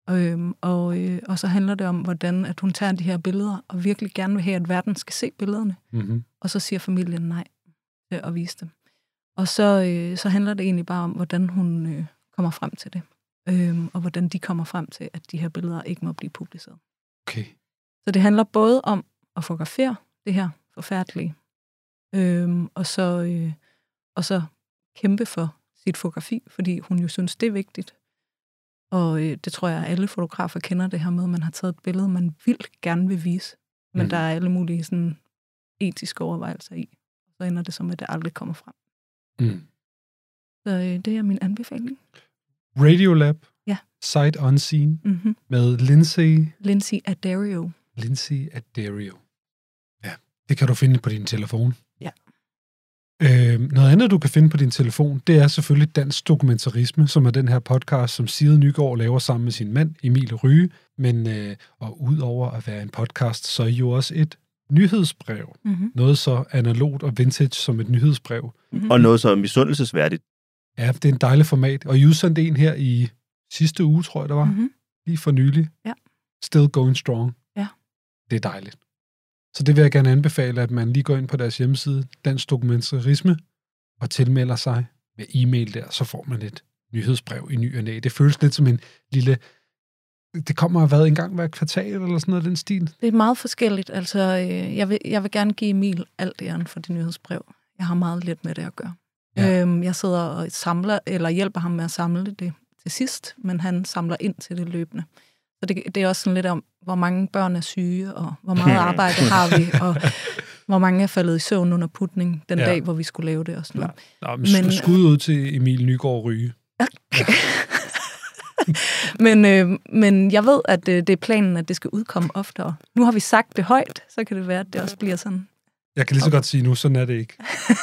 Øhm, og, øh, og så handler det om, hvordan at hun tager de her billeder, og virkelig gerne vil have, at verden skal se billederne. Mm-hmm. Og så siger familien nej til at vise dem. Og så, øh, så handler det egentlig bare om, hvordan hun øh, kommer frem til det. Øhm, og hvordan de kommer frem til, at de her billeder ikke må blive publiceret. Okay. Så det handler både om at fotografere det her forfærdelige, øhm, og, så, øh, og så kæmpe for sit fotografi, fordi hun jo synes, det er vigtigt. Og øh, det tror jeg, at alle fotografer kender det her med, at man har taget et billede, man vil gerne vil vise, men mm. der er alle mulige sådan, etiske overvejelser i. Så ender det som, at det aldrig kommer frem. Mm. Så øh, det er min anbefaling. Radiolab. Ja. Sight Unseen. Mm-hmm. Med Lindsay... Lindsay Addario. Lindsay Addario. Ja, det kan du finde på din telefon. Ja. Øh, noget andet, du kan finde på din telefon, det er selvfølgelig Dansk Dokumentarisme, som er den her podcast, som Side Nygaard laver sammen med sin mand, Emil Ryge. Men øh, og udover at være en podcast, så er I jo også et nyhedsbrev. Mm-hmm. Noget så analogt og vintage som et nyhedsbrev. Mm-hmm. Og noget så misundelsesværdigt. Ja, det er en dejlig format. Og I udsendte en her i sidste uge, tror jeg, der var. Mm-hmm. Lige for nylig. Ja. Still going strong. Ja. Det er dejligt. Så det vil jeg gerne anbefale, at man lige går ind på deres hjemmeside, Dansk Dokumentarisme, og tilmelder sig med e-mail der, så får man et nyhedsbrev i ny og næ. Det føles lidt som en lille... Det kommer at være en gang hver kvartal, eller sådan noget den stil. Det er meget forskelligt. Altså, jeg vil, jeg vil gerne give Emil alt æren for det nyhedsbrev. Jeg har meget lidt med det at gøre. Ja. Øhm, jeg sidder og samler, eller hjælper ham med at samle det til sidst, men han samler ind til det løbende. Så det, det er også sådan lidt om, hvor mange børn er syge, og hvor meget arbejde har vi, og hvor mange er faldet i søvn under putning den ja. dag, hvor vi skulle lave det og sådan noget. Ja. Nå, men, men skud ud til Emil Nygaard Ryge. Ja. men, øh, men jeg ved, at øh, det er planen, at det skal udkomme oftere. Nu har vi sagt det højt, så kan det være, at det også bliver sådan. Jeg kan lige så godt sige nu, sådan er det ikke.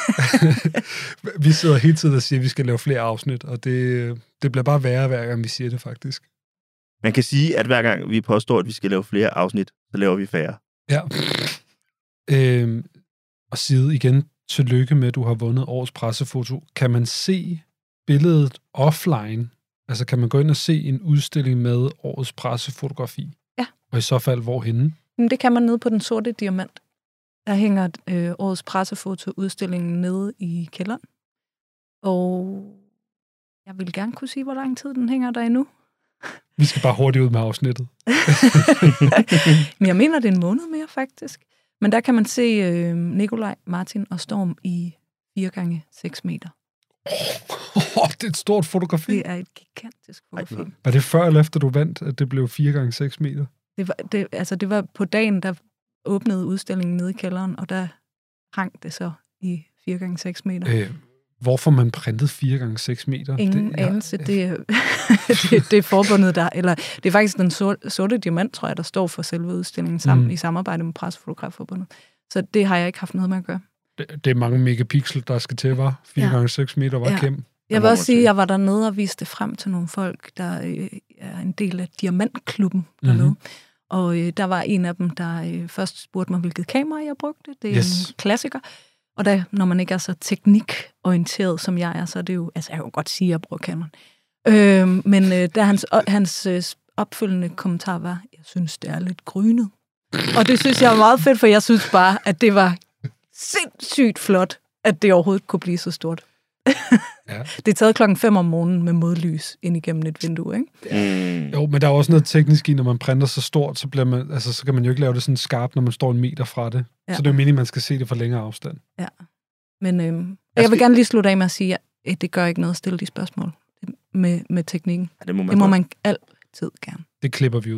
Vi sidder hele tiden og siger, at vi skal lave flere afsnit, og det, det bliver bare værre, hver gang vi siger det faktisk. Man kan sige, at hver gang vi påstår, at vi skal lave flere afsnit, så laver vi færre. Ja. Øhm, og Side igen, tillykke med, at du har vundet årets pressefoto. Kan man se billedet offline? Altså kan man gå ind og se en udstilling med årets pressefotografi? Ja. Og i så fald, hvorhenne? Det kan man nede på Den Sorte Diamant. Der hænger øh, årets pressefotoudstillingen nede i kælderen. Og jeg vil gerne kunne sige, hvor lang tid den hænger der endnu. Vi skal bare hurtigt ud med afsnittet. Men jeg mener, det er en måned mere, faktisk. Men der kan man se øh, Nikolaj, Martin og Storm i fire gange seks meter. Oh, det er et stort fotografi. Det er et gigantisk fotografi. Ej, var det før eller efter, du vandt, at det blev fire gange seks meter? Det var, det, altså, det var på dagen, der åbnede udstillingen nede i kælderen, og der hang det så i fire gange seks meter. Øh, hvorfor man printet fire gange seks meter? Ingen det, anelse. Ja. Det, det, det er forbundet der, eller det er faktisk Den Sorte, sorte Diamant, tror jeg, der står for selve udstillingen sammen, mm. i samarbejde med Pressefotografforbundet. Så det har jeg ikke haft noget med at gøre. Det, det er mange megapixel, der skal til, var fire gange seks meter, var ja. Kæm. Jeg vil også sige, at jeg var dernede og viste det frem til nogle folk, der øh, er en del af Diamantklubben dernede. Mm-hmm. Og øh, der var en af dem, der øh, først spurgte mig, hvilket kamera jeg brugte. Det er yes. en klassiker. Og der, når man ikke er så teknikorienteret, som jeg er, så er det jo... Altså, jeg kan jo godt sige, at jeg bruger kameraen. Øh, men øh, der hans, hans øh, opfølgende kommentar var, jeg synes, det er lidt grynet. Og det synes jeg er meget fedt, for jeg synes bare, at det var sindssygt flot, at det overhovedet kunne blive så stort. Ja. Det er taget klokken fem om morgenen med modlys ind igennem et vindue, ikke? Mm. Jo, men der er også noget teknisk i, når man printer så stort, så, bliver man, altså, så kan man jo ikke lave det sådan skarpt, når man står en meter fra det. Ja. Så det er jo meningen, man skal se det fra længere afstand. Ja. Men øhm, jeg vil gerne lige slutte af med at sige, at det gør ikke noget at stille de spørgsmål med, med teknikken. Ja, det må man, det må man altid gerne. Det klipper vi ud.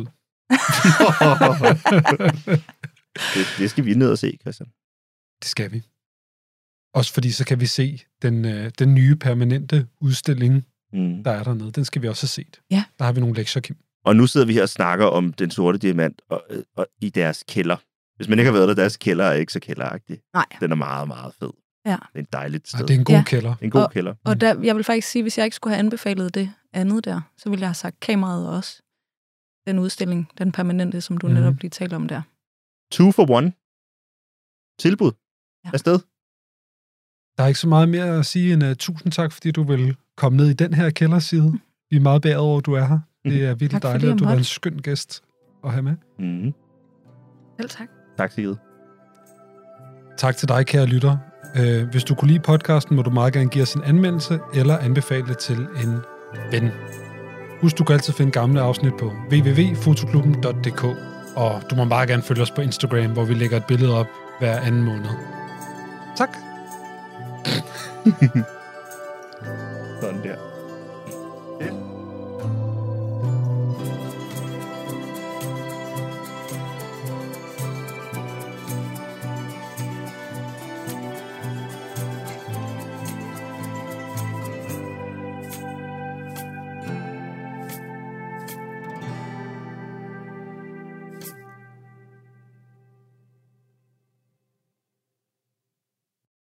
det, det skal vi ned og se, Christian. Det skal vi. Også fordi så kan vi se den, øh, den nye permanente udstilling, mm. der er dernede. Den skal vi også have set. Ja. Der har vi nogle lektier, Kim. Og nu sidder vi her og snakker om Den Sorte Diamant og, og i deres kælder. Hvis man ikke har været der, deres kælder er ikke så kælderagtig. Nej. Den er meget, meget fed. Ja. Det er en dejligt sted. Ja, det er en god ja. kælder. Det er en god og, kælder. Og der, jeg vil faktisk sige, hvis jeg ikke skulle have anbefalet det andet der, så ville jeg have sagt kameraet også. Den udstilling, den permanente, som du mm. netop lige taler om der. Two for one. Tilbud. Ja. Afsted. Der er ikke så meget mere at sige end uh, tusind tak, fordi du vil komme ned i den her kælderside. Vi er meget beæret over, at du er her. Det er virkelig Tak fordi dejligt, jeg at du var måtte. en skøn gæst at have med. Mm. Selv tak. Tak, Sigrid. Tak til dig, kære lytter. Øh, hvis du kunne lide podcasten, må du meget gerne give os en anmeldelse eller anbefale det til en ven. Husk, du kan altid finde gamle afsnit på w w w punktum fotoklubben punktum d k, og du må meget gerne følge os på Instagram, hvor vi lægger et billede op hver anden måned. Tak.